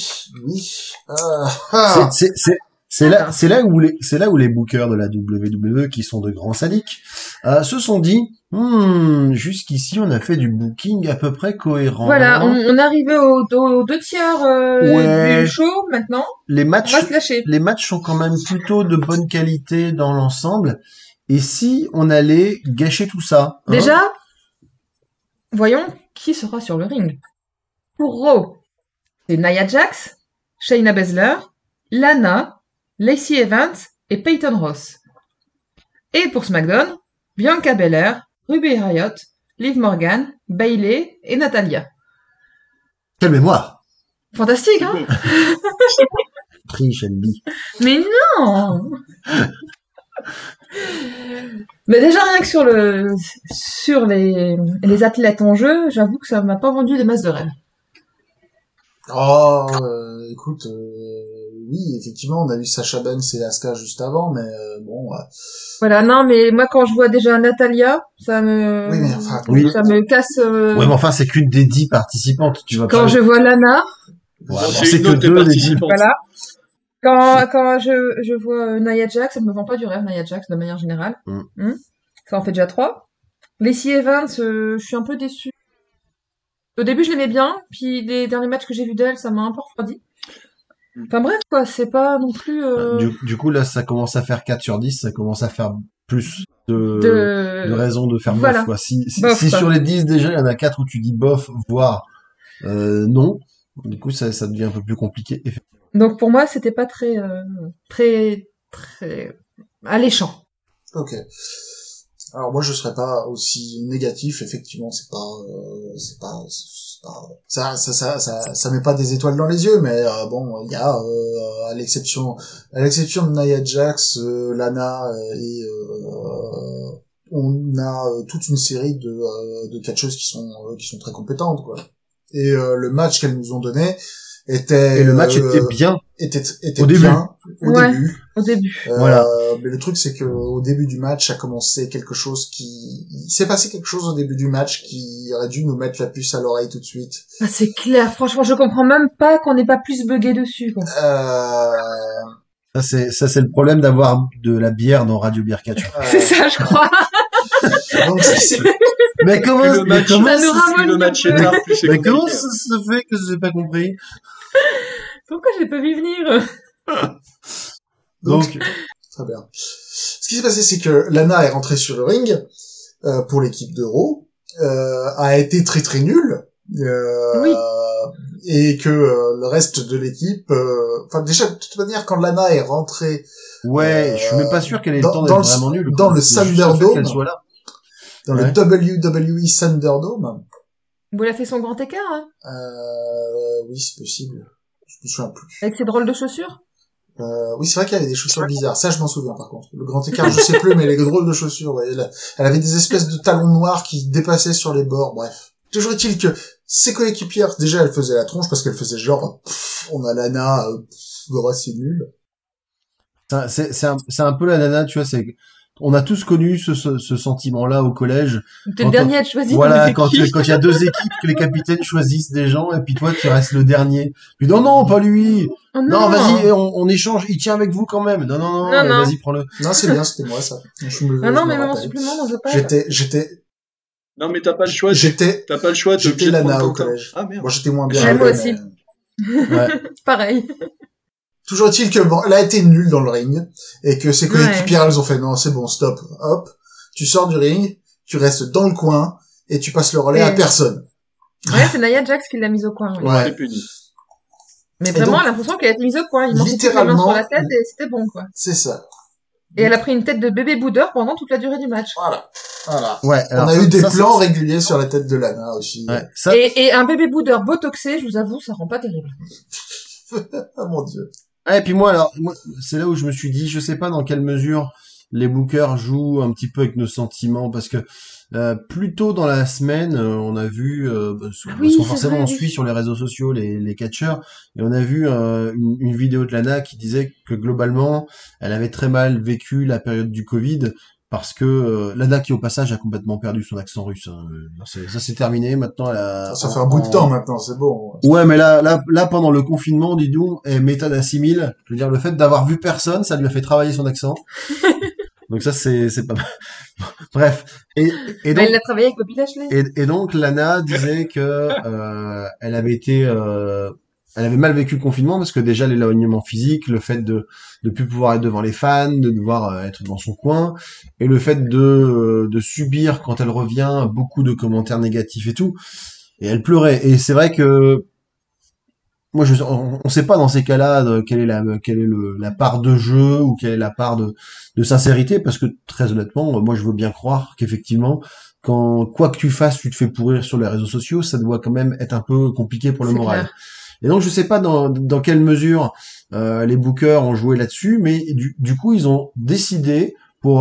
C'est là où les bookers de la WWE, qui sont de grands sadiques, se sont dit, jusqu'ici on a fait du booking à peu près cohérent. Voilà, on arrivait aux 2 tiers du show maintenant. Les matchs, on va se lâcher. Les matchs sont quand même plutôt de bonne qualité dans l'ensemble. Et si on allait gâcher tout ça? Déjà, voyons qui sera sur le ring. Pour Raw, c'est Nia Jax, Shayna Baszler, Lana, Lacey Evans et Peyton Ross. Et pour SmackDown, Bianca Belair, Ruby Riott, Liv Morgan, Bayley et Natalia. Quelle mémoire! Fantastique, hein? Trish and Lee. Mais non! Mais déjà, rien que sur les athlètes en jeu, j'avoue que ça m'a pas vendu des masses de rêves. Oh, écoute, oui, effectivement, on a eu Sasha Banks et Asuka juste avant, mais bon, Voilà, non, mais moi, quand je vois déjà Natalia, oui, mais enfin, Oui. ça me casse, Ouais, mais enfin, c'est qu'une des 10 participantes. Tu vas quand pas... je vois Lana, Ouais, Bon, bon, c'est c'est une que autre des 2 des 10. participantes. voilà. Quand je vois Nia Jax, ça me vend pas du rêve, Nia Jax, de manière générale. Mm. Ça en fait déjà 3. Lacey Evans, je suis un peu déçue. Au début, je l'aimais bien, puis les derniers matchs que j'ai vus d'elle, ça m'a un peu refroidi. Enfin bref, quoi, c'est pas non plus Du coup, là, ça commence à faire 4 sur 10, ça commence à faire plus de raisons de faire Voilà. bof, quoi. Si Bof, quoi. sur les 10, déjà, il y en a 4 où tu dis bof, voire non, du coup, ça devient un peu plus compliqué. Donc pour moi, c'était pas très alléchant. ok. Alors moi je serais pas aussi négatif, effectivement, ça met pas des étoiles dans les yeux, mais bon, il y a à l'exception de Nia Jax, Lana et on a toute une série de catcheuses qui sont très compétentes, quoi. Et le match qu'elles nous ont donné était Et le match était bien était au début. bien au Ouais. début. Au début. Voilà. Mais le truc, c'est que au début du match, il s'est passé quelque chose au début du match qui aurait dû nous mettre la puce à l'oreille tout de suite. Ah, c'est clair, franchement, je comprends même pas qu'on n'ait pas plus bugué dessus, quoi. Ça, c'est le problème d'avoir de la bière dans Radio Beer Catch. C'est ça, je crois. Donc, ce qui s'est- Mais comment, Plus le match, Ça nous plus ramène le match un est peu. tard, plus c'est mais comment compliqué. ça se fait que j'ai pas compris? Pourquoi j'ai pas vu venir? Donc, Très bien. Ce qui s'est passé, c'est que Lana est rentrée sur le ring pour l'équipe d'Euro, a été très très nulle, Oui. et que le reste de l'équipe, enfin déjà de toute manière quand Lana est rentrée ouais, je suis même pas sûr qu'elle ait le dans- temps dans d'être le- vraiment nulle. dans quoi. le Je suis juste sûr Thunderdome, qu'elle soit là. dans Ouais. le WWE Thunderdome, Bon, il a fait son grand écart, hein, oui c'est possible, je me souviens plus. avec ses drôles de chaussures. Oui, c'est vrai qu'il y avait des chaussures bizarres. Ça, je m'en souviens, par contre. Le grand écart, je sais plus, mais les drôles de chaussures, ouais. Elle avait des espèces de talons noirs qui dépassaient sur les bords, bref. Toujours est-il que ses coéquipières, déjà, elles faisaient la tronche parce qu'elles faisaient genre, on a Lana, c'est nul. C'est un peu la nana, tu vois, on a tous connu ce sentiment-là au collège. T'es le dernier à être choisi Voilà, dans les quand équipes. il y a 2 équipes, que les capitaines choisissent des gens, et puis toi, tu restes le dernier. Puis non, pas lui. Oh Non, vas-y, on échange, il tient avec vous quand même. Non, Non, vas-y, prends-le. Non, c'est bien, c'était moi, ça. Ah non, je me mais même en rappelle. supplément, on veut pas. J'étais Non, mais t'as pas le choix. j'étais T'es obligé de Lana prendre au ton temps. collège. Ah merde. Moi, j'étais moins bien. Ouais, moi mais- aussi. Ouais. Pareil. Toujours est-il que bon, elle a été nulle dans le ring et que ses coéquipières elles ont fait non, c'est bon, stop, hop, tu sors du ring, tu restes dans le coin et tu passes le relais à Et- personne. Ouais, c'est Nia Jax qui l'a mise au coin. Oui. Ouais. C'est puni. Mais Et vraiment, donc, l'impression qu'elle a été mise au coin. Il manquait plus que la main littéralement- sur la tête et c'était bon, quoi. C'est ça. Et elle a pris une tête de bébé boudeur pendant toute la durée du match. Voilà. Ouais, On alors a ça- eu des ça, plans réguliers sur la tête de Lana aussi. Ouais, ça, Et un bébé boudeur botoxé, je vous avoue, ça rend pas terrible. Ah mon dieu. ouais, et puis moi, c'est là où je me suis dit, je sais pas dans quelle mesure les bookers jouent un petit peu avec nos sentiments, parce que plus tôt dans la semaine, on a vu, parce Oui, qu'on c'est forcément vrai, on oui. suit sur les réseaux sociaux les catcheurs, et on a vu une vidéo de Lana qui disait que globalement, elle avait très mal vécu la période du Covid, parce que Lana qui au passage a complètement perdu son accent russe. Hein. Ça c'est terminé, maintenant elle a... Ça fait un bout de temps maintenant, c'est bon. Ouais, mais là, pendant le confinement, dis donc, méthode assimile. Je veux dire, le fait d'avoir vu personne, ça lui a fait travailler son accent. Donc ça, c'est pas mal. Bref. Et Bah, donc, il l'a travaillé avec Bobby Lashley. et donc, Lana disait que, elle avait été, elle avait mal vécu le confinement parce que déjà l'éloignement physique, le fait de plus pouvoir être devant les fans, de devoir être dans son coin, et le fait de subir quand elle revient beaucoup de commentaires négatifs et tout. Et elle pleurait. Et c'est vrai que moi, on sait pas dans ces cas-là quelle est la part de jeu ou quelle est la part de sincérité, parce que très honnêtement, moi, je veux bien croire qu'effectivement, quand quoi que tu fasses, tu te fais pourrir sur les réseaux sociaux, ça doit quand même être un peu compliqué pour le C'est moral. clair. Et donc, je sais pas dans quelle mesure les bookers ont joué là-dessus, mais du coup, ils ont décidé pour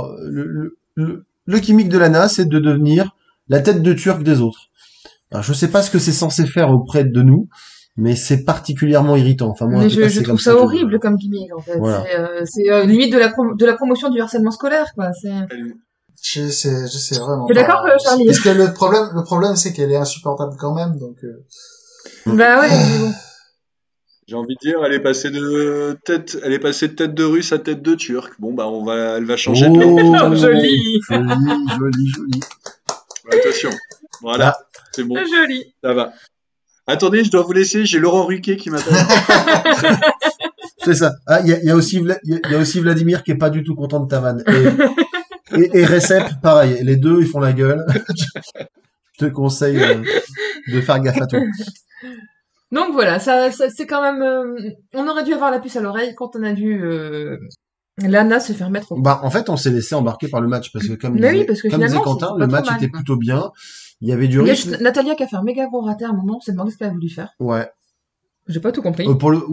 le gimmick de Lana, c'est de devenir la tête de turc des autres. Alors, je sais pas ce que c'est censé faire auprès de nous, mais c'est particulièrement irritant. Enfin, moi, en Mais tout cas, je c'est trouve comme ça que- horrible comme gimmick, en fait. Voilà. C'est limite de la promotion du harcèlement scolaire, quoi. Je sais vraiment T'es pas. d'accord, Charlie? Parce que le problème, c'est qu'elle est insupportable quand même, donc, Bah ouais, mais bon. J'ai envie de dire, elle est passée de tête de russe à tête de turc. Bon, bah, elle va changer de nom. Oh, Joli. joli. Attention. Voilà. C'est bon. Joli. Ça va. Attendez, je dois vous laisser. J'ai Laurent Ruquier qui m'appelle. C'est ça. Ah, il y a aussi Vladimir qui est pas du tout content de ta vanne. Et Recep, pareil. Les deux, ils font la gueule. Je te conseille de faire gaffe à toi. Donc voilà, ça c'est quand même... on aurait dû avoir la puce à l'oreille quand on a dû Lana se faire mettre au... Bah, en fait, on s'est laissé embarquer par le match parce que comme Mais oui, disait, parce que comme disait finalement, Quentin, c'est le pas match trop mal, était quoi. plutôt bien. Il y avait du Il y a rythme. juste Natalia qui a fait un méga gros raté à un moment, on s'est demandé ce qu'elle a voulu faire. Ouais. J'ai pas tout compris.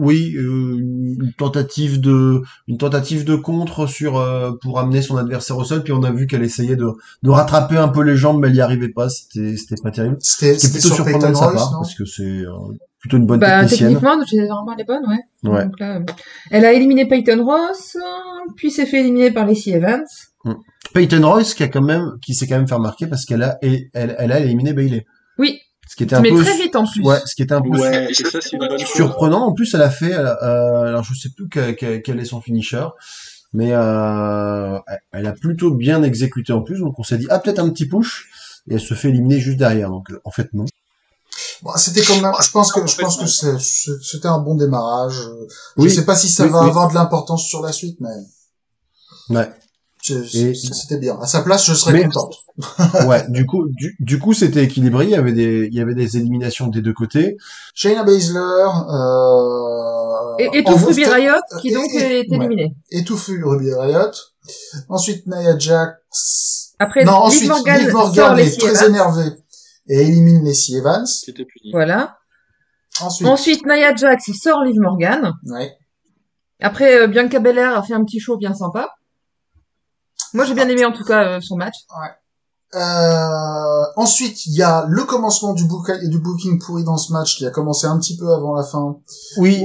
Une tentative de contre pour amener son adversaire au sol, puis on a vu qu'elle essayait de rattraper un peu les jambes, mais elle y arrivait pas. C'était pas terrible. c'était C'est plutôt sur surprenant Peyton de sa Royce, part non? parce que c'est plutôt une bonne Bah, technicienne. techniquement, généralement, elle est bonne, ouais. Ouais. Donc là, elle a éliminé Peyton Ross, puis s'est fait éliminer par Lacey Evans. Peyton Royce qui s'est quand même fait remarquer parce qu'elle a éliminé Bayley. Oui, Ce qui était un mais peu très vite en plus. ouais, ce qui était un peu Ouais, et ça, c'est une bonne chose. surprenant. En plus, elle a fait, alors je sais plus quel est son finisher, mais elle a plutôt bien exécuté en plus. Donc on s'est dit peut-être un petit push, et elle se fait éliminer juste derrière. Donc en fait non. Bon, c'était quand même, je pense que c'était un bon démarrage. Je Oui. sais pas si ça Oui, va oui. avoir de l'importance sur la suite, mais Ouais. c'était bien. À sa place, je serais Mais- contente. Ouais. Du coup, c'était équilibré. Il y avait des éliminations des deux côtés. Shayna Baszler, Et tout Ruby Riot, qui donc est ouais. éliminé. étouffe Ruby Riot. Ensuite, Nia Jax. Après, Non, Liv ensuite, Morgan Liv sort Morgan est Lacey très Evans. énervé et élimine Lacey Evans. Qui était puni. Voilà. Ensuite, Ensuite, Nia Jax sort Liv Morgan. ouais. Après, Bianca Belair a fait un petit show bien sympa. Moi, j'ai bien aimé en tout cas son match. Ensuite, il y a le commencement du booking pourri dans ce match qui a commencé un petit peu avant la fin. Oui.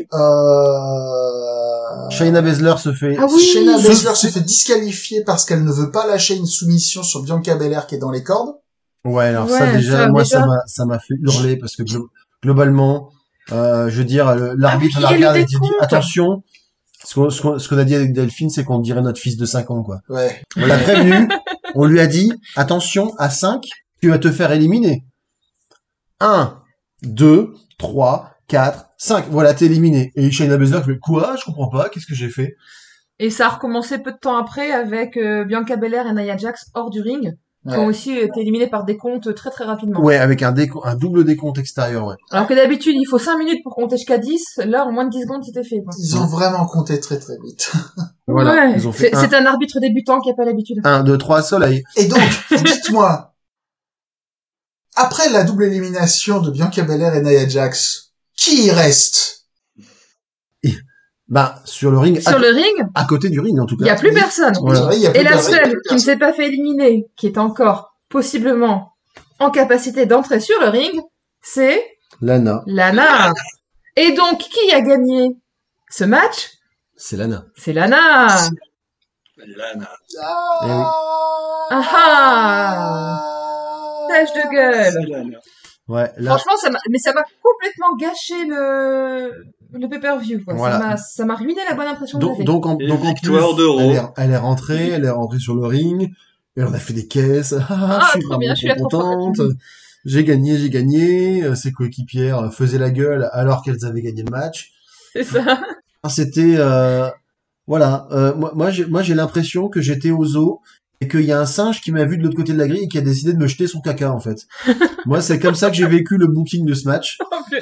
Euh... Shayna Baszler se fait. Ah oui. Shayna Baszler se fait disqualifier parce qu'elle ne veut pas lâcher une soumission sur Bianca Belair qui est dans les cordes. Ouais, alors Ouais, ça déjà, moi déjà. ça m'a fait hurler parce que globalement, je veux dire, l'arbitre oui, la elle regarde et était dit contre. attention. Ce qu'on a dit avec Delphine, c'est qu'on dirait notre fils de 5 ans, quoi. Ouais. On l'a prévenu, on lui a dit attention, à 5, tu vas te faire éliminer. 1, 2, 3, 4, 5. Voilà, t'es éliminé. Et Shayna Baszler fait quoi? Je comprends pas, qu'est-ce que j'ai fait? Et ça a recommencé peu de temps après avec Bianca Belair et Nia Jax hors du ring, qui ont Ouais. aussi été éliminés par décompte très très rapidement. Ouais, avec un double décompte extérieur, ouais. Alors que d'habitude, il faut 5 minutes pour compter jusqu'à 10. Là, en moins de 10 secondes, c'était fait. Quoi. Ils ont vraiment compté très très vite. Voilà, Ouais. ils ont fait C'est un arbitre débutant qui a pas l'habitude. 1, 2, 3, soleil. Et donc, dites-moi, après la double élimination de Bianca Belair et Nia Jax, qui y reste? Bah, sur le ring, Sur le ring, à côté du ring, en tout il y a cas. plus personne. Voilà. Il y a Et plus la personne. seule qui ne s'est pas fait éliminer, qui est encore possiblement en capacité d'entrer sur le ring, c'est Lana, Lana. Et donc, qui a gagné ce match? c'est Lana. C'est Lana. Lana. Eh oui. Tâche de gueule. C'est Lana. Ouais, là, Franchement, ça m'a complètement gâché le pay-per-view, quoi. Voilà. Ça m'a ruiné la bonne impression que donc, j'avais. donc en Et plus, victoire de Raw. elle est rentrée sur le ring, et on a fait des caisses. Ah, je suis trop bien, vraiment je suis là trop contente. forte. J'ai gagné. Ses coéquipières faisaient la gueule alors qu'elles avaient gagné le match. C'est ça. Ah, c'était, voilà. Moi, j'ai l'impression que j'étais au zoo et qu'il y a un singe qui m'a vu de l'autre côté de la grille et qui a décidé de me jeter son caca, en fait. Moi, c'est comme ça que j'ai vécu le booking de ce match.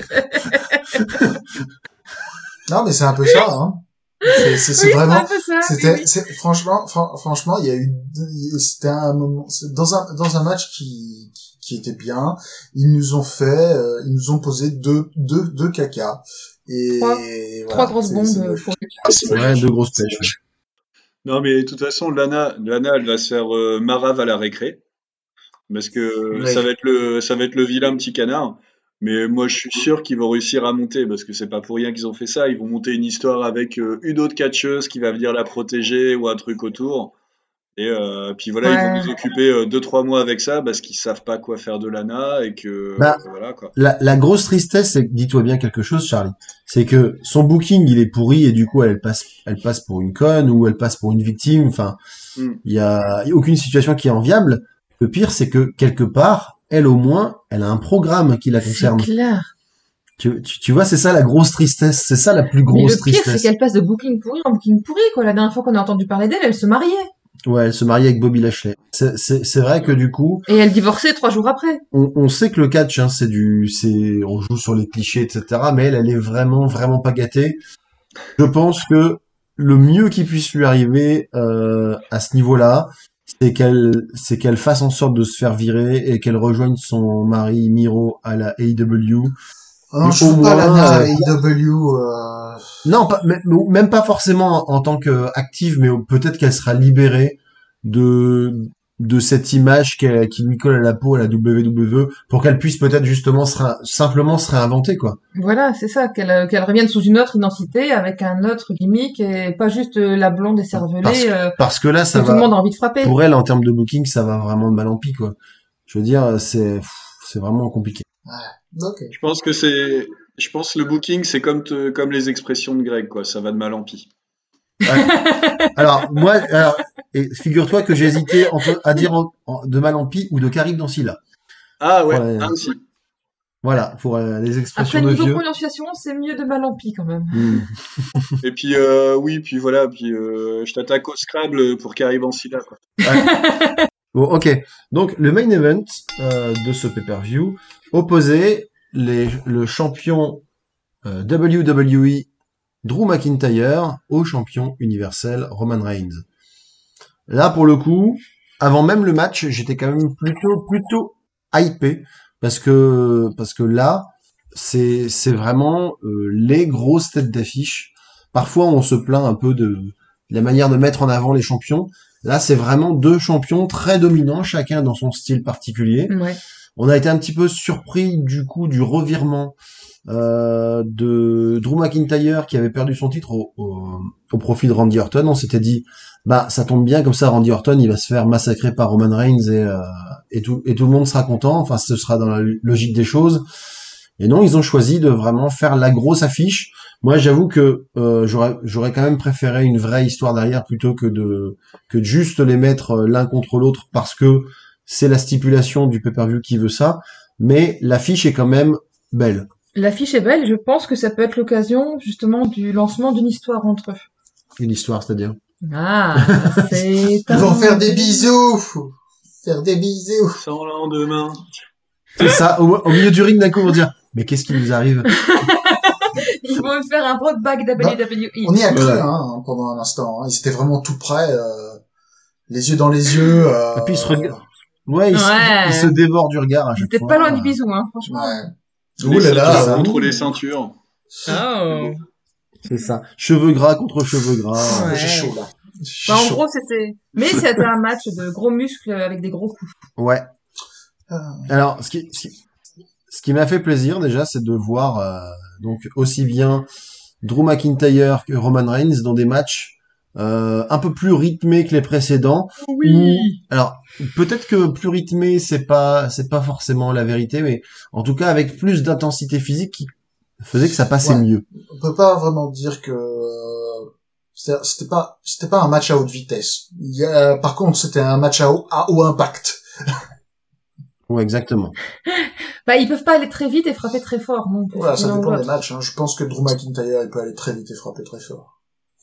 Non, mais c'est un peu ça, hein. C'est Oui, vraiment, un peu ça, oui. franchement, il y a eu, c'était un moment, dans un match qui était bien. Ils nous ont posé deux caca. Et Trois voilà, grosses c'est bombes. moche. Pour... Ouais, deux grosses pêches. Ouais. Non, mais de toute façon, Lana, elle va se faire marave à la récré. Parce que Oui. ça va être le vilain petit canard. Mais moi, je suis sûr qu'ils vont réussir à monter, parce que c'est pas pour rien qu'ils ont fait ça. Ils vont monter une histoire avec une autre catcheuse qui va venir la protéger ou un truc autour. Et puis voilà, ils vont Ouais. nous occuper 2-3 mois avec ça parce qu'ils savent pas quoi faire de Lana et que Bah, voilà quoi. la grosse tristesse, c'est que, dis-toi bien quelque chose, Charlie, c'est que son booking, il est pourri et du coup, elle passe pour une conne ou elle passe pour une victime. Enfin, Hmm. il y a aucune situation qui est enviable. Le pire, c'est que quelque part, elle au moins, elle a un programme qui la C'est concerne. clair. Tu vois, c'est ça la grosse tristesse. C'est ça la plus Mais grosse le pire, c'est tristesse. qu'elle passe de booking pourri en booking pourri, quoi. La dernière fois qu'on a entendu parler d'elle, elle se mariait. Ouais, elle se marie avec Bobby Lashley. C'est vrai que du coup, Et elle divorçait 3 jours après. on sait que le catch, hein, on joue sur les clichés, etc. Mais elle est vraiment, vraiment pas gâtée. Je pense que le mieux qui puisse lui arriver à ce niveau-là, c'est qu'elle fasse en sorte de se faire virer et qu'elle rejoigne son mari Miro à la AEW. Ah non, je Au veux pas moins, Lana AEW. Non, même pas forcément en tant que active, mais peut-être qu'elle sera libérée de cette image qui lui colle à la peau à la WWE pour qu'elle puisse peut-être justement simplement se réinventer, quoi. Voilà, c'est ça, qu'elle revienne sous une autre identité, avec un autre gimmick, et pas juste la blonde et cervelée Parce que là, que ça tout le va, monde a envie de frapper. pour elle, en termes de booking, ça va vraiment de mal en pis, quoi. Je veux dire, c'est vraiment compliqué. Ok. Je pense que le booking c'est comme les expressions de Greg quoi, ça va de mal en pis. Alors, et figure-toi que j'ai hésité à dire de mal en pis ou de Carib dans Scylla. Ah ouais, Ouais, ah aussi. voilà, pour les expressions Après, de niveau vieux. prononciation, c'est mieux de Malampi quand même. Hmm. Et puis oui, puis voilà, puis je t'attaque au Scrabble pour qu'arrive en Scylla quoi. Bon, ok. Donc, le main event de ce pay-per-view opposait le champion WWE Drew McIntyre au champion universel Roman Reigns. Là, pour le coup, avant même le match, j'étais quand même plutôt hypé parce que là, c'est vraiment les grosses têtes d'affiche. Parfois, on se plaint un peu de la manière de mettre en avant les champions. Là, c'est vraiment deux champions très dominants, chacun dans son style particulier. Ouais. On a été un petit peu surpris du coup du revirement de Drew McIntyre qui avait perdu son titre au profit de Randy Orton. On s'était dit, bah ça tombe bien comme ça, Randy Orton il va se faire massacrer par Roman Reigns et tout le monde sera content. Enfin, ce sera dans la logique des choses. Et non, ils ont choisi de vraiment faire la grosse affiche. Moi, j'avoue que j'aurais quand même préféré une vraie histoire derrière plutôt que de juste les mettre l'un contre l'autre parce que c'est la stipulation du pay-per-view qui veut ça. Mais l'affiche est quand même belle. L'affiche est belle, je pense que ça peut être l'occasion justement du lancement d'une histoire entre eux. Une histoire, c'est-à-dire. Ah, c'est Ils vont faire des bisous. Faire des bisous. Sans lendemain. C'est ça, au milieu du ring d'un coup, on va dire, mais qu'est-ce qui nous arrive? Ils vont faire un road back WWE. On y a cru Voilà. hein, pendant un instant. Hein. Ils étaient vraiment tout près, les yeux dans les yeux. Et puis ils se regardent. Ouais, ils se Ouais. dévorent du regard à chaque J'étais fois. pas loin du bisou, hein, franchement. Ouais. Les Ouh là là. ceintures ouh. contre les ceintures. Oh. C'est ça. Cheveux gras contre cheveux gras. Ouais. J'ai chaud là. J'ai Bah, en chaud. gros, c'était un match de gros muscles avec des gros coups. Ouais. Ah. Alors, ce qui m'a fait plaisir déjà, c'est de voir donc aussi bien Drew McIntyre que Roman Reigns dans des matchs un peu plus rythmés que les précédents. Alors, peut-être que plus rythmé, c'est pas forcément la vérité, mais en tout cas avec plus d'intensité physique qui faisait que ça passait Ouais. mieux. On peut pas vraiment dire que c'était pas un match à haute vitesse. Par contre, c'était un match à haut impact. Ouais, exactement. Bah, ils peuvent pas aller très vite et frapper très fort, non. Voilà, ça l'un ou dépend des l'autre. matchs. Hein. Je pense que Drew McIntyre, il peut aller très vite et frapper très fort.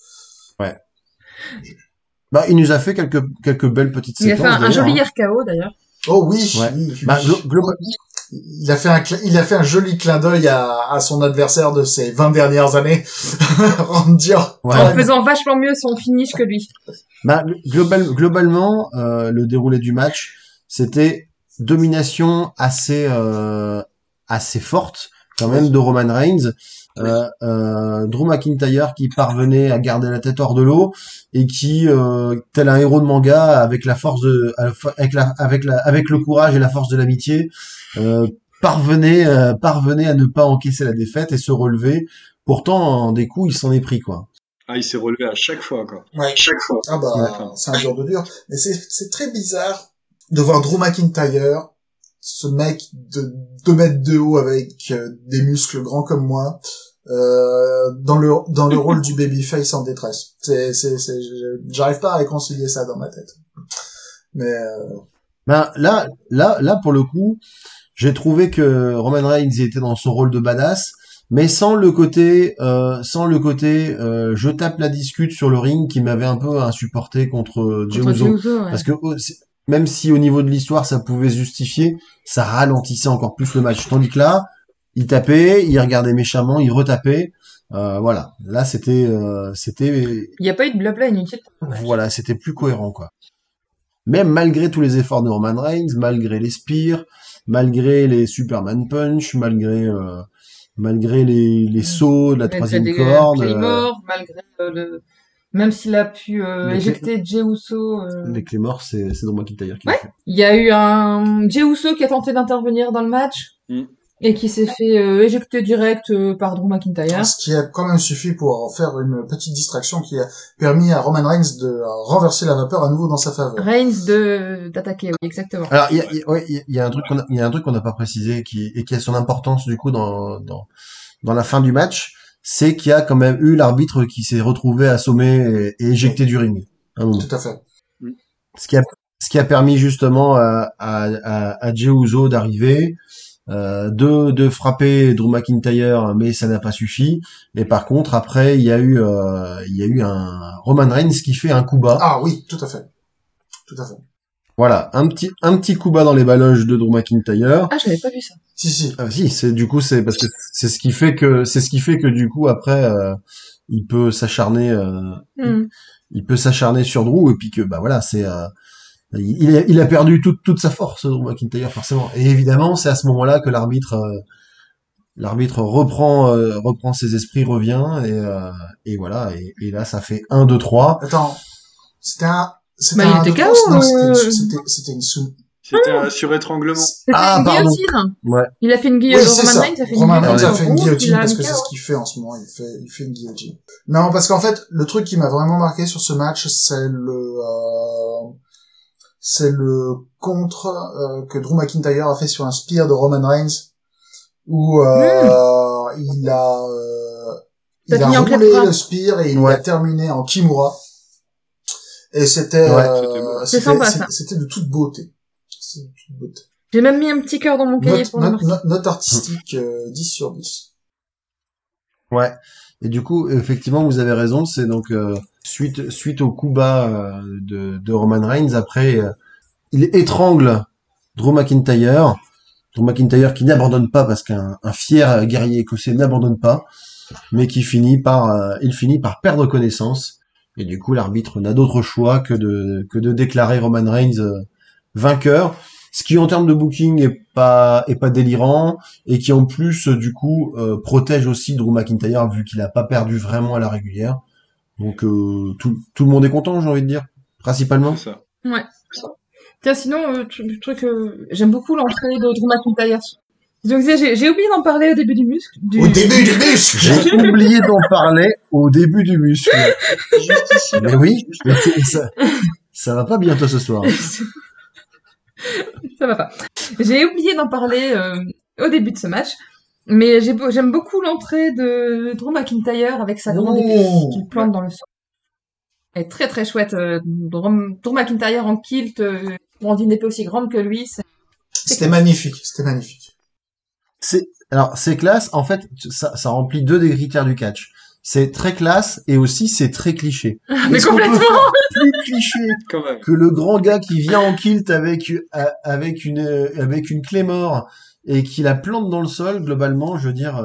Bah, il nous a fait quelques belles petites Il a fait séquences. un joli d'ailleurs, RKO, d'ailleurs. Oh oui, Ouais. oui, oui. Bah, Il a fait un joli clin d'œil à son adversaire de ces 20 dernières années, Randy Orton. Ouais. En faisant vachement mieux son finish que lui. Bah, globalement, le déroulé du match, c'était domination assez forte quand même de Roman Reigns. Drew McIntyre qui parvenait à garder la tête hors de l'eau et qui, tel un héros de manga, avec la force avec le courage et la force de l'amitié, parvenait à ne pas encaisser la défaite et se relever. Pourtant, en des coups, il s'en est pris, quoi. Ah, il s'est relevé à chaque fois, quoi. Ouais. Chaque fois. Ah bah, Ouais. c'est un dur de dur. Mais c'est très bizarre de voir Drew McIntyre, ce mec de 2 mètres de haut avec des muscles grands comme moi, dans le rôle du babyface en détresse. J'arrive pas à réconcilier ça dans ma tête. Mais Ben, là, pour le coup, j'ai trouvé que Roman Reigns était dans son rôle de badass, mais sans le côté, je tape la discute sur le ring qui m'avait un peu insupporté contre Jey Contre Uso. Jey Uso, ouais. Parce que même si au niveau de l'histoire ça pouvait se justifier, ça ralentissait encore plus le match. Tandis que là, il tapait, il regardait méchamment, il retapait. Voilà. Là, c'était, Il n'y a pas eu de blabla inutile. voilà, c'était plus cohérent, quoi. Même malgré tous les efforts de Roman Reigns, malgré les spears, malgré les Superman Punch, malgré les sauts de la Malgré troisième des corde, Claymore, malgré même s'il a pu Les éjecter Jey Uso. les Claymore, c'est Drew McIntyre qui Ouais. l'a fait. Il y a eu un Jey Uso qui a tenté d'intervenir dans le match Mm. et qui s'est fait éjecter direct par Drew McIntyre. ce qui a quand même suffi pour faire une petite distraction qui a permis à Roman Reigns de renverser la vapeur à nouveau dans sa faveur. Reigns d'attaquer, oui, exactement. Alors, il y a un truc qu'on n'a pas précisé et qui a son importance du coup dans la fin du match, c'est qu'il y a quand même eu l'arbitre qui s'est retrouvé assommé et éjecté du ring. Tout à fait. Ce qui a permis justement à Jey Uso d'arriver, de frapper Drew McIntyre, mais ça n'a pas suffi. Et par contre, après, il y a eu un Roman Reigns qui fait un coup bas. Ah oui, tout à fait. Tout à fait. Voilà, un petit coup bas dans les baloches de Drew McIntyre. Ah, j'avais pas vu ça. Si. Si, c'est parce que c'est ce qui fait que du coup après il peut s'acharner sur Drew et puis que bah voilà, il a perdu toute sa force Drew McIntyre forcément. Et évidemment, c'est à ce moment-là que l'arbitre reprend ses esprits, revient et voilà et là ça fait 1 2 3. Attends. C'était Bah, il un était de KO, force? Non, c'était une C'était un surétranglement. C'était Ah, une pardon. guillotine. Ouais. Il a fait une Oui, guillotine. c'est Roman ça. Reigns a fait une Roman guillotine. Reigns a fait une en rouge, guillotine il a parce mis que c'est KO. ce qu'il fait en ce moment. Il fait une guillotine. Non, parce qu'en fait, le truc qui m'a vraiment marqué sur ce match, c'est le contre que Drew McIntyre a fait sur un spear de Roman Reigns où il a mis en clap roulé frappe. le spear et il Ouais. l'a terminé en Kimura. Et c'était C'est sympa, ça. c'était de toute beauté. C'est de toute beauté. J'ai même mis un petit cœur dans mon cahier pour le marquer. Note artistique 10 sur 10. Ouais. Et du coup, effectivement, vous avez raison. C'est donc suite au coup bas de Roman Reigns. Après, il étrangle Drew McIntyre. Drew McIntyre qui n'abandonne pas parce qu'un fier guerrier écossais n'abandonne pas, mais qui finit par perdre connaissance. Et du coup, l'arbitre n'a d'autre choix que de déclarer Roman Reigns vainqueur. Ce qui en termes de booking est pas délirant et qui en plus du coup protège aussi Drew McIntyre vu qu'il a pas perdu vraiment à la régulière. Donc tout le monde est content, j'ai envie de dire, principalement. C'est ça. Ouais. Tiens, sinon, j'aime beaucoup l'entrée de Drew McIntyre. Donc, j'ai oublié d'en parler au début du muscle. Au début du muscle! J'ai oublié d'en parler au début du muscle. Mais oui, mais ça va pas bientôt ce soir. Ça va pas. J'ai oublié d'en parler au début de ce match, mais j'aime beaucoup l'entrée de Drew McIntyre avec sa grande épée qu'il plante dans le sol. Elle est très très chouette. Drew McIntyre en kilt, prend une épée aussi grande que lui. C'était magnifique. C'est classe. En fait, ça remplit 2 des critères du catch. C'est très classe et aussi c'est très cliché. Mais Est-ce qu'on peut complètement. faire plus cliché Quand même. que le grand gars qui vient en kilt avec une Claymore et qui la plante dans le sol, globalement, je veux dire,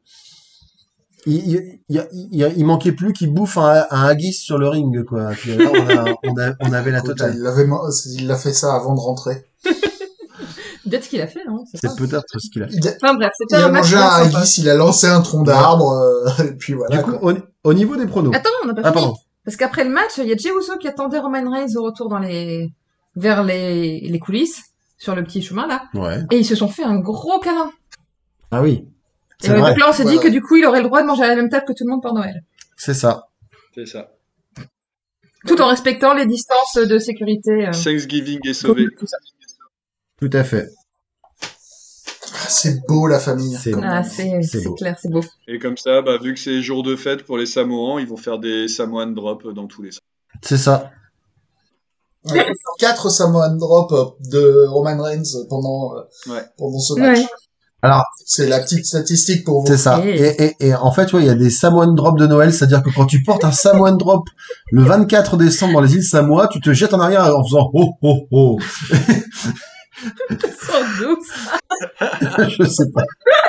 il manquait plus qu'il bouffe un haggis sur le ring, quoi. Puis là, on avait la Écoute, totale. il l'a fait ça avant de rentrer. peut-être ce qu'il a fait, hein, c'est C'est pas. peut-être ce qu'il a fait. Il a, Enfin bref, il c'était a un match mangé bien un sympa. haggis, il a lancé un tronc d'arbre, et puis voilà. Du coup, quoi. au niveau des pronos. Attends, on n'a pas Ah, fini. pardon. Parce qu'après le match, il y a Jey Uso qui attendait Roman Reigns au retour vers les coulisses, sur le petit chemin là. Ouais. Et ils se sont fait un gros câlin. Ah oui. Et C'est vrai. donc là, on s'est dit Ouais. que du coup, il aurait le droit de manger à la même table que tout le monde pour Noël. C'est ça. C'est ça. Tout en respectant les distances de sécurité. Thanksgiving est sauvé. Tout ça. Tout à fait. Ah, c'est beau, la famille. C'est- quand Ah, même. c'est beau. clair, c'est beau. Et comme ça, vu que c'est jour de fête pour les Samoans, ils vont faire des Samoan drop dans tous les sens. C'est ça. Ouais, 4 Samoan Drop de Roman Reigns pendant ce match. Ouais. Alors, C'est la petite statistique pour vous. c'est ça. Et- Et en fait, il y a des Samoan Drop de Noël, c'est-à-dire que quand tu portes un Samoan Drop le 24 décembre dans les îles Samoa, tu te jettes en arrière en faisant oh oh oh. Sans doute. Je sais pas.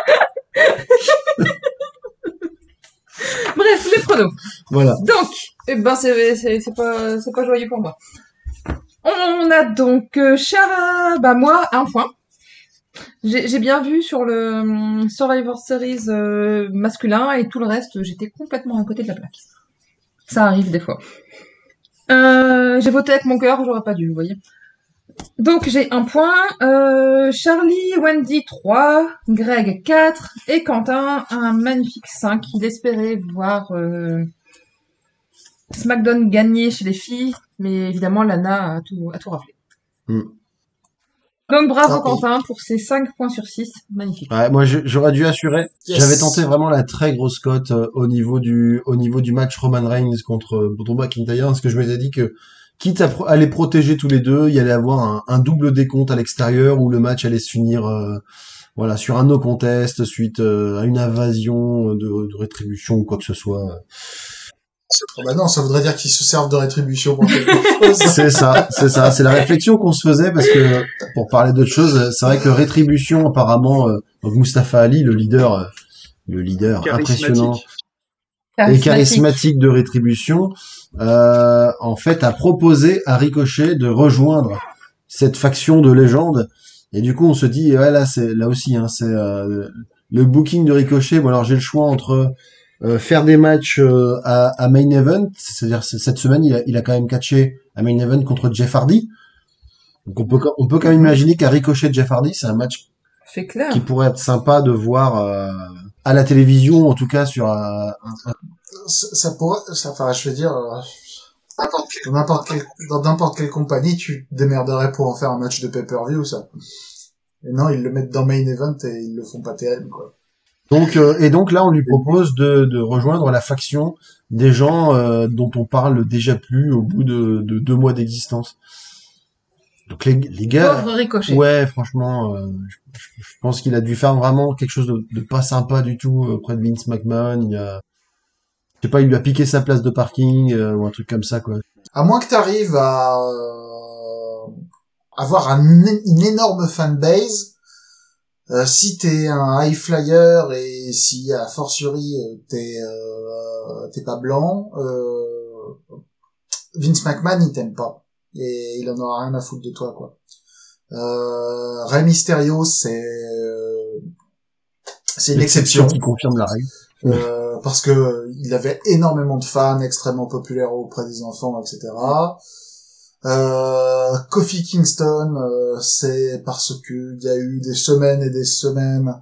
Bref, les pronos. Voilà. Donc, c'est pas joyeux pour moi. On a donc moi, 1 point. J'ai bien vu sur le Survivor Series masculin et tout le reste, j'étais complètement à côté de la plaque. Ça arrive des fois. J'ai voté avec mon cœur, j'aurais pas dû, vous voyez. Donc j'ai 1 point, Charlie, Wendy 3, Greg 4 et Quentin un magnifique 5. Il espérait voir SmackDown gagner chez les filles, mais évidemment Lana a tout raflé. Mm. Donc bravo Ah, oui. Quentin pour ces 5 points sur 6, magnifique. Ouais, moi, j'aurais dû assurer. Yes. J'avais tenté vraiment la très grosse cote au niveau du match Roman Reigns contre Drew McIntyre, parce que je m'étais dit que quitte à les protéger tous les deux, il y allait avoir un double décompte à l'extérieur où le match allait se finir voilà, sur un no contest suite à une invasion de rétribution ou quoi que ce soit. Oh, bah non, ça voudrait dire qu'ils se servent de rétribution pour quelque chose. C'est ça. C'est la réflexion qu'on se faisait parce que, pour parler d'autre chose, c'est vrai que rétribution, apparemment, donc Mustafa Ali, le leader impressionnant et charismatique de rétribution, en fait, a proposé à Ricochet de rejoindre cette faction de légende. Et du coup, on se dit, ouais, là aussi, hein, c'est le booking de Ricochet. Bon, alors j'ai le choix entre faire des matchs à main event, c'est-à-dire cette semaine, il a quand même catché à main event contre Jeff Hardy. Donc on peut quand même imaginer qu'à Ricochet Jeff Hardy, c'est un match C'est clair. qui pourrait être sympa de voir à la télévision, en tout cas sur Ça pourrait, enfin, je veux dire, dans n'importe quelle compagnie, tu te démerderais pour en faire un match de pay-per-view, ça. Et non, ils le mettent dans main event et ils le font pas TM, quoi. Donc là, on lui propose de rejoindre la faction des gens dont on parle déjà plus au bout de 2 mois d'existence. Donc les gars, Pauvre Ricochet. ouais, franchement, je pense qu'il a dû faire vraiment quelque chose de pas sympa du tout auprès de Vince McMahon. Je sais pas, il lui a piqué sa place de parking ou un truc comme ça, quoi. À moins que t'arrives à avoir une énorme fanbase, si t'es un high flyer et si a fortiori t'es pas blanc, Vince McMahon il t'aime pas et il en aura rien à foutre de toi, quoi. Rey Mysterio c'est une exception. Qui confirme la règle. Parce que il avait énormément de fans, extrêmement populaire auprès des enfants, etc. Kofi Kingston, c'est parce que il y a eu des semaines et des semaines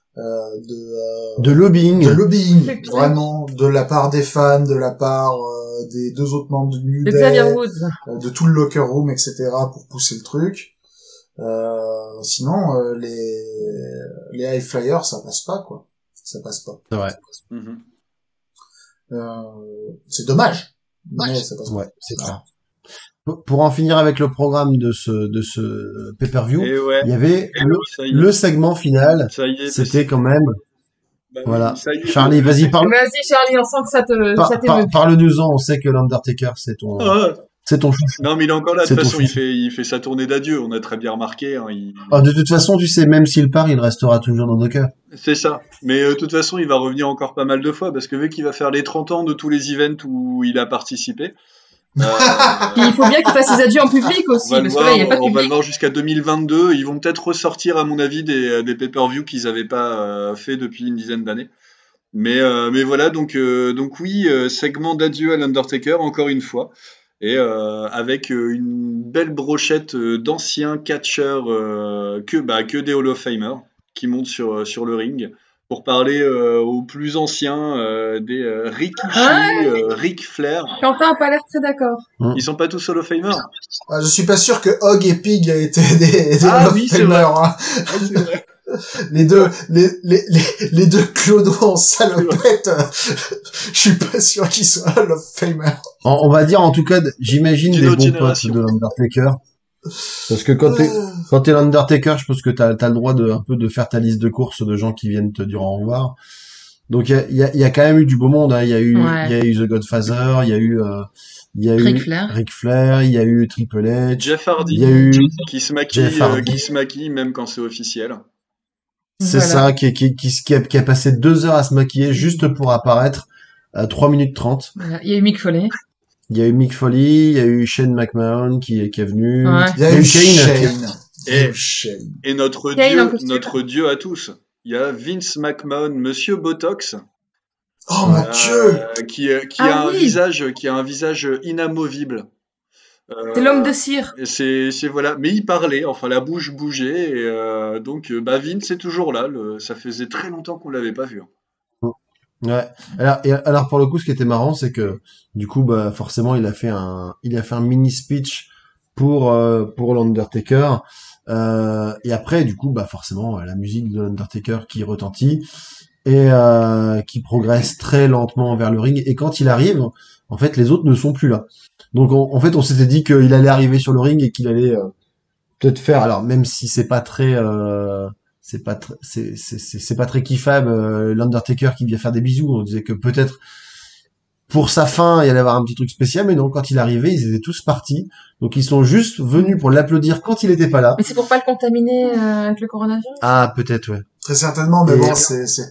De lobbying. de lobbying, C'est clair. vraiment, de la part des fans, de la part des 2 autres membres du New De Day, Xavier Woods. de tout le locker room, etc. pour pousser le truc. Sinon, les high flyers, ça passe pas, quoi. Ça passe pas. C'est vrai. Mhm. C'est dommage. Mais ça passe pas. Ouais, c'est ça. Pour en finir avec le programme de ce pay-per-view, Et ouais, il y avait ça y est, le segment final. ça y est, C'était quand même, voilà. voilà. Charlie, vas-y, parle. Vas-y Charlie, on sent que ça t'émeut. Parle-nous-en. On sait que l'Undertaker, c'est ton chouchou. Non, mais il est encore là. De C'est toute ton façon, il fait sa tournée d'adieu. On a très bien remarqué. Hein, Ah, de toute façon, tu sais, même s'il part, il restera toujours dans nos cœurs. C'est ça. Mais de toute façon, il va revenir encore pas mal de fois parce que vu qu'il va faire les 30 ans de tous les events où il a participé, Puis il faut bien qu'il fasse ses adieux en public On aussi, va le parce que là, il n'y a pas de voir, on va le public. voir jusqu'à 2022. Ils vont peut-être ressortir, à mon avis, des pay-per-view qu'ils n'avaient pas fait depuis une dizaine d'années. Mais voilà, donc oui, segment d'adieu à l'Undertaker, encore une fois. Et avec une belle brochette d'anciens catcheurs que des Hall of Famers qui montent sur le ring pour parler aux plus anciens des Rikishi, Ric Flair. Quentin a pas l'air très d'accord. Ils sont pas tous Hall of Famers? Je suis pas sûr que Hog et Pig étaient des Ah Hall of oui, c'est Famers, vrai. hein. Ah, c'est vrai. Les deux clodos en salopette, je suis pas sûr qu'ils soient Hall of Famers. On va dire en tout cas, j'imagine D'une des autre bons potes génération. de l'Undertaker. Parce que quand t'es l'Undertaker, je pense que t'as le droit un peu de faire ta liste de courses de gens qui viennent te dire au revoir. Donc il y a quand même eu du beau monde, hein. Il y a eu The Godfather, il y a eu Ric Flair. il y a eu Triple H, Jeff Hardy il y a eu qui se Jeff Hardy. qui se maquille même quand c'est officiel. c'est Voilà. ça qui a passé 2 heures à se maquiller juste pour apparaître à 3 minutes 30. Voilà. Il y a eu Mick Foley. Il y a eu Mick Foley, il y a eu Shane McMahon qui est venu. Ouais. Il y a eu Shane. Et- Il y a eu Shane. Et notre Kane en dieu, costume. notre dieu à tous. Il y a Vince McMahon, Monsieur Botox, Oh mon Dieu! qui Ah a un oui. visage inamovible. C'est l'homme de cire. Et c'est voilà, mais il parlait, enfin la bouche bougeait, et donc Vince est toujours là. Ça faisait très longtemps qu'on l'avait pas vu. Ouais. Alors pour le coup, ce qui était marrant, c'est que du coup, forcément, il a fait un mini speech pour l'Undertaker. Et après, du coup, forcément, la musique de l'Undertaker qui retentit et qui progresse très lentement vers le ring. Et quand il arrive, en fait, les autres ne sont plus là. Donc, en fait, on s'était dit qu'il allait arriver sur le ring et qu'il allait peut-être faire. Alors, même si c'est pas très c'est pas très kiffable, l'Undertaker qui vient faire des bisous. On disait que peut-être pour sa fin il allait avoir un petit truc spécial, mais non, quand il arrivait ils étaient tous partis, donc ils sont juste venus pour l'applaudir quand il était pas là. Mais c'est pour pas le contaminer avec le coronavirus. Ah, peut-être, ouais. Très certainement, mais Et- bon,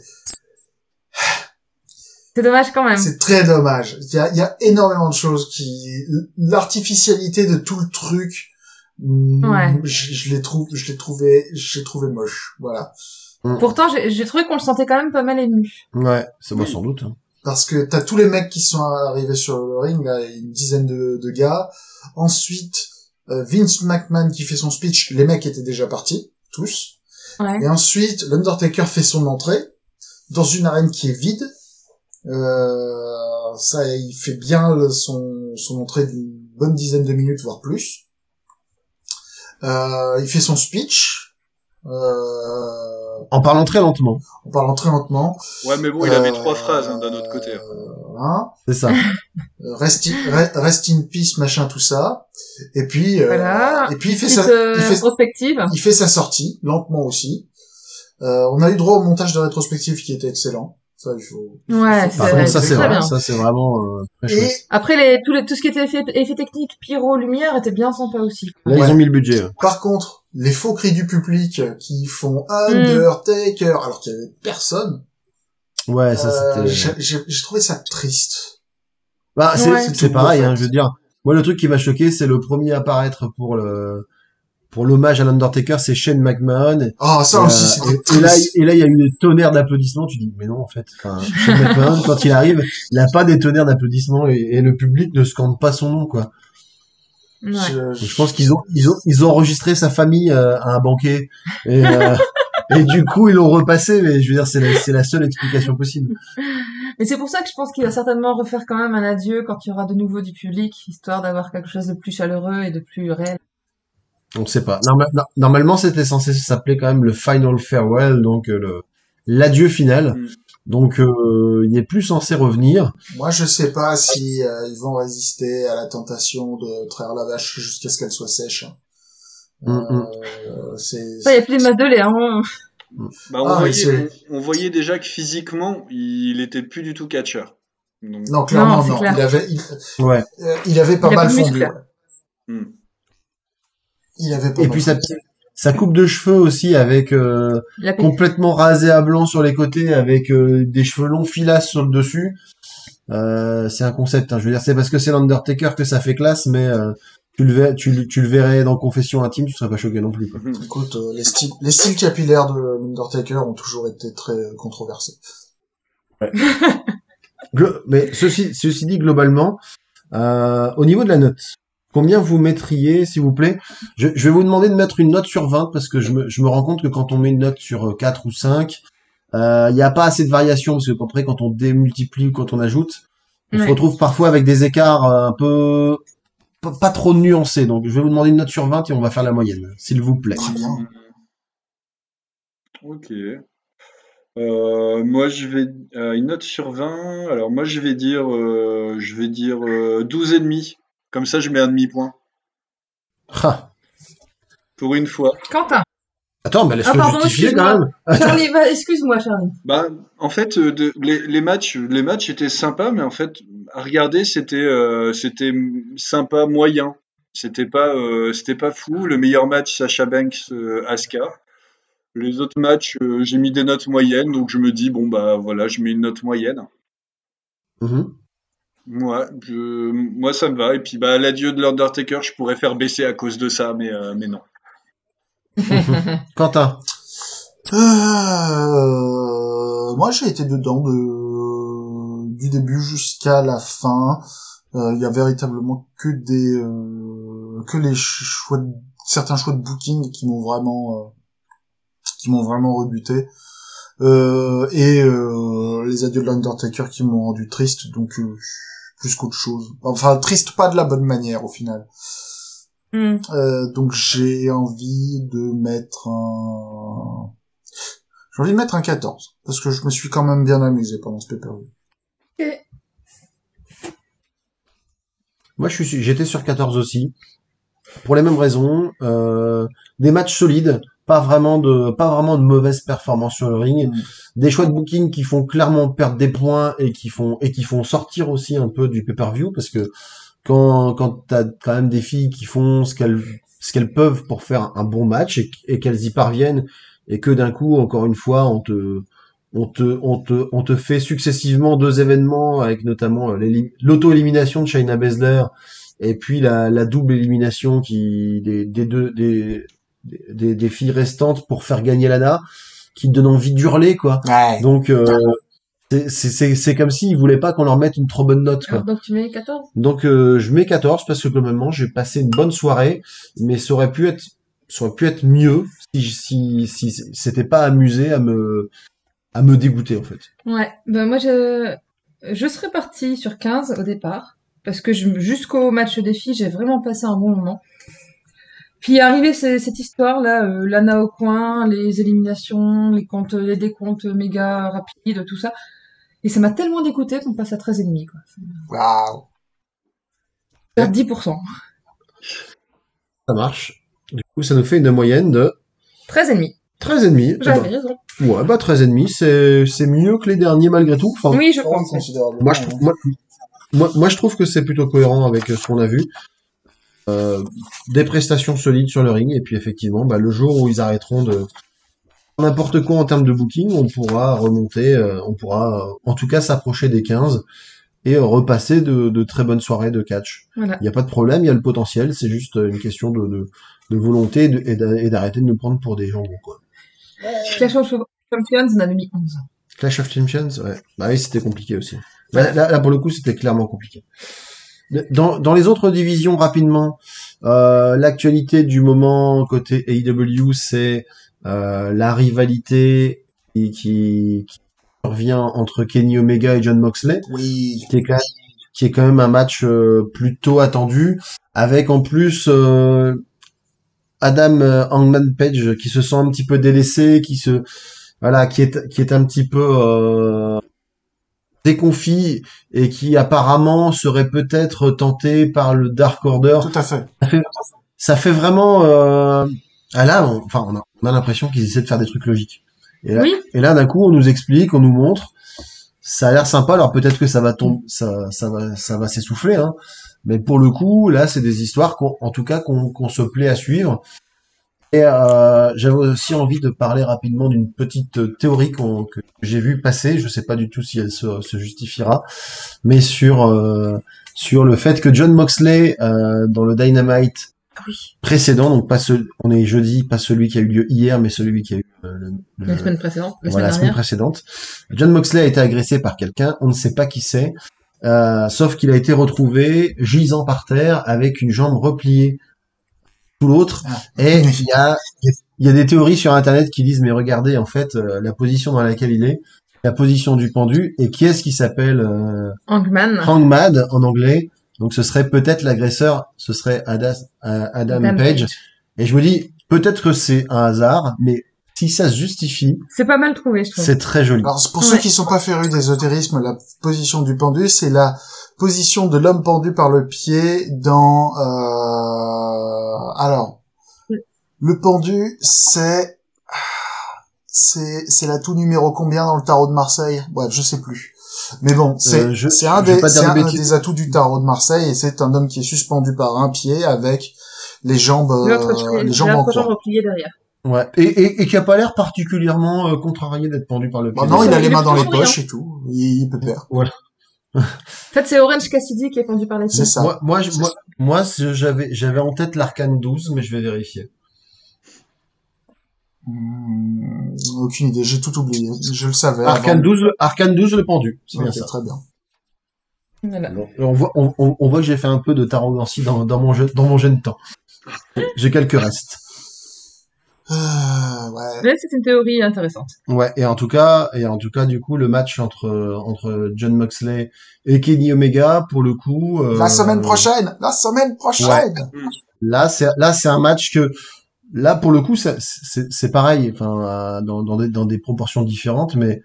C'est dommage quand même. c'est très dommage. Il y a énormément de choses l'artificialité de tout le truc, Ouais. je l'ai trouvé moche. Voilà. Pourtant, j'ai trouvé qu'on le sentait quand même pas mal ému. Ouais, c'est bon, sans doute, hein. Parce que t'as tous les mecs qui sont arrivés sur le ring, là, une dizaine de gars. Ensuite, Vince McMahon qui fait son speech, les mecs étaient déjà partis, tous. Ouais. Et ensuite, l'Undertaker fait son entrée dans une arène qui est vide. Ça, il fait bien son entrée d'une bonne dizaine de minutes, voire plus. Il fait son speech. En parlant très lentement, On parle très lentement. Ouais, mais bon, il avait 3 phrases d'un autre côté. Hein. c'est ça. Rest in peace, machin, tout ça. Et puis, Voilà. et puis il fait Petite prospective. il fait sa sortie, lentement aussi. On a eu droit au montage de rétrospective qui était excellent. Ça, il faut. Ouais, Par c'est contre, ça très c'est vrai, bien. ça c'est vraiment très Et chouette. Après, tout ce qui était effet technique, pyro, lumière, était bien sympa aussi. Là, Ouais. ils ont mis le budget. par contre, les faux cris du public qui font Undertaker, alors qu'il y avait personne. Ouais, ça c'était. J'ai trouvé ça triste. C'est Ouais. c'est pareil, En fait. hein, je veux dire. Moi, le truc qui m'a choqué, c'est le premier à apparaître pour l'hommage à l'Undertaker, c'est Shane McMahon. Ah, ça aussi, c'était Et là, triste. il y a eu des tonnerres d'applaudissements. Tu dis, mais non, en fait, Shane McMahon, quand il arrive, il a pas des tonnerres d'applaudissements et le public ne scande pas son nom, quoi. Ouais. Je pense qu'ils ont enregistré sa famille à un banquet et du coup ils l'ont repassé. Mais je veux dire, c'est la seule explication possible. Mais c'est pour ça que je pense qu'il va certainement refaire quand même un adieu quand il y aura de nouveau du public, histoire d'avoir quelque chose de plus chaleureux et de plus réel. On sait pas. Normalement, c'était censé s'appeler quand même le Final Farewell, donc l'adieu final. Mm. Donc il est plus censé revenir. Moi, je sais pas si ils vont résister à la tentation de traire la vache jusqu'à ce qu'elle soit sèche. C'est Ça, il y a plus des masses de lait, hein. On voyait déjà que physiquement, il était plus du tout catcheur. Donc, non, clairement Non, c'est non. clair. Ouais. Il avait pas Il a mal plus de fondu. muscles. Ouais. hmm. Il avait pas Et mal puis fondu. sa coupe de cheveux aussi avec La paix. complètement rasé à blanc sur les côtés avec des cheveux longs filasses sur le dessus. c'est un concept. Hein. Je veux dire, c'est parce que c'est l'Undertaker que ça fait classe, mais tu le verrais dans Confession intime, tu serais pas choqué non plus. Quoi. Écoute, les styles capillaires de l'Undertaker ont toujours été très controversés. Mais ceci dit, globalement, au niveau de la note, combien vous mettriez, s'il vous plaît? Je vais vous demander de mettre une note sur 20 parce que je me rends compte que quand on met une note sur 4 ou 5, il n'y a pas assez de variation parce que après, quand on démultiplie ou quand on ajoute, on se retrouve parfois avec des écarts un peu pas trop nuancés. Donc, je vais vous demander une note sur 20 et on va faire la moyenne, s'il vous plaît. Très bien. Ok. Moi, je vais une note sur 20. Alors, moi, je vais dire 12 et demi. Comme ça, je mets un demi-point. Ah. Pour une fois. Quentin. Attends, mais laisse-le justifier quand même. Charlie, excuse-moi, Charlie. Bah, en fait, les matchs étaient sympas, mais en fait, à regarder, c'était sympa moyen. C'était pas fou. Le meilleur match, Sasha Banks, Asuka. Les autres matchs, j'ai mis des notes moyennes, donc je me dis bon bah voilà, je mets une note moyenne. Moi, ça me va. Et puis bah l'adieu de l'Undertaker, je pourrais faire baisser à cause de ça, mais non. Quentin. Moi, j'ai été dedans du début jusqu'à la fin. Il y a véritablement que les certains choix de booking qui m'ont vraiment rebuté. Et les adieux de l'Undertaker qui m'ont rendu triste, donc plus qu'autre chose. Enfin, triste pas de la bonne manière au final. Donc j'ai envie de mettre un 14 parce que je me suis quand même bien amusé pendant ce pay-per-view. Okay. Moi, j'étais sur 14 aussi. Pour les mêmes raisons, des matchs solides, pas vraiment de mauvaises performances sur le ring, des choix de booking qui font clairement perdre des points et qui font sortir aussi un peu du pay-per-view parce que quand t'as quand même des filles qui font ce qu'elles peuvent pour faire un bon match et qu'elles y parviennent et que d'un coup, encore une fois, on te fait successivement 2 événements avec notamment l'auto-élimination de Shayna Baszler et puis la double élimination des filles restantes pour faire gagner Lana, qui te donne envie d'hurler, quoi. Ouais. Donc, c'est comme s'ils voulaient pas qu'on leur mette une trop bonne note, quoi. Alors, donc tu mets 14? Donc, je mets 14 parce que globalement, j'ai passé une bonne soirée, mais ça aurait pu être mieux si c'était pas amusé à me dégoûter, en fait. Ouais, ben moi je serais partie sur 15 au départ, parce que jusqu'au match des filles, j'ai vraiment passé un bon moment. Puis est arrivée cette histoire-là, Lana au coin, les éliminations, les décomptes méga rapides, tout ça. Et ça m'a tellement dégoûté qu'on passe à 13,5, quoi. Waouh. Perdre 10%. Ça marche. Du coup, ça nous fait une moyenne de 13,5. 13,5. J'avais raison. Ouais, 13,5, c'est mieux que les derniers malgré tout. Enfin, Oui, je pense. Considérablement. moi, je trouve que c'est plutôt cohérent avec ce qu'on a vu. Des prestations solides sur le ring, et puis effectivement, le jour où ils arrêteront de n'importe quoi en termes de booking, on pourra remonter, on pourra en tout cas s'approcher des 15 et repasser de très bonnes soirées de catch. Voilà. Il n'y a pas de problème, il y a le potentiel, c'est juste une question de volonté et d'arrêter de nous prendre pour des gens, quoi. Clash of Champions, on avait mis 11. Clash of Champions, ouais. Bah oui, c'était compliqué aussi. Là, pour le coup, c'était clairement compliqué. Dans les autres divisions, rapidement, l'actualité du moment côté AEW, c'est la rivalité qui revient entre Kenny Omega et John Moxley, Oui. qui est quand même un match plutôt attendu, avec en plus Adam Hangman Page qui se sent un petit peu délaissé, qui est un petit peu déconfit et qui apparemment serait peut-être tenté par le Dark Order. Tout à fait. Ça fait vraiment là on a l'impression qu'ils essaient de faire des trucs logiques. Et là d'un coup on nous explique, on nous montre, ça a l'air sympa. Alors peut-être que ça va s'essouffler, hein. Mais pour le coup là c'est des histoires qu'on se plaît à suivre. Et j'avais aussi envie de parler rapidement d'une petite théorie que j'ai vue passer. Je sais pas du tout si elle se justifiera, mais sur le fait que John Moxley dans le Dynamite Oui. précédent, donc on est jeudi, pas celui qui a eu lieu hier, mais celui qui a eu La semaine précédente, la voilà, la semaine semaine dernière. précédente. John Moxley a été agressé par quelqu'un, on ne sait pas qui c'est, sauf qu'il a été retrouvé gisant par terre avec une jambe repliée sous l'autre. Et il y a des théories sur Internet qui disent, mais regardez, en fait, la position dans laquelle il est, la position du pendu, et qui est-ce qui s'appelle Hangman. Hangman en anglais. Donc ce serait peut-être l'agresseur, ce serait Adam Page. Et je me dis, peut-être que c'est un hasard, mais si ça se justifie, C'est pas mal trouvé, je trouve. c'est très joli. Alors, pour ceux qui sont pas férus d'ésotérisme, la position du pendu, c'est la position de l'homme pendu par le pied dans, alors, le pendu, c'est l'atout numéro combien dans le tarot de Marseille? Bref, je sais plus. Mais bon, c'est un je vais pas dire de bêtises. des atouts du tarot de Marseille, et c'est un homme qui est suspendu par un pied avec les jambes en L'autre jambe croix. repliée derrière. Ouais. Et qui a pas l'air particulièrement contrarié d'être pendu par le pied. Bah non, il a les mains dans les toujours poches et tout. Il peut perdre. Voilà. En fait, c'est Orange Cassidy qui est pendu par les pieds. C'est ça. Moi, j'avais en tête l'Arcane 12, mais je vais vérifier. Aucune idée, j'ai tout oublié. Je le savais. Arcane 12, le pendu. C'est bien Ok, ça. très bien. Voilà. Donc, on voit que j'ai fait un peu de tarogancie dans mon jeune temps. J'ai quelques restes. Ouais. Mais c'est une théorie intéressante. Ouais, et en tout cas, du coup, le match entre John Moxley et Kenny Omega, pour le coup, La semaine prochaine. Ouais. Là, c'est un match que, là, pour le coup, c'est pareil, enfin, dans des proportions différentes, mais,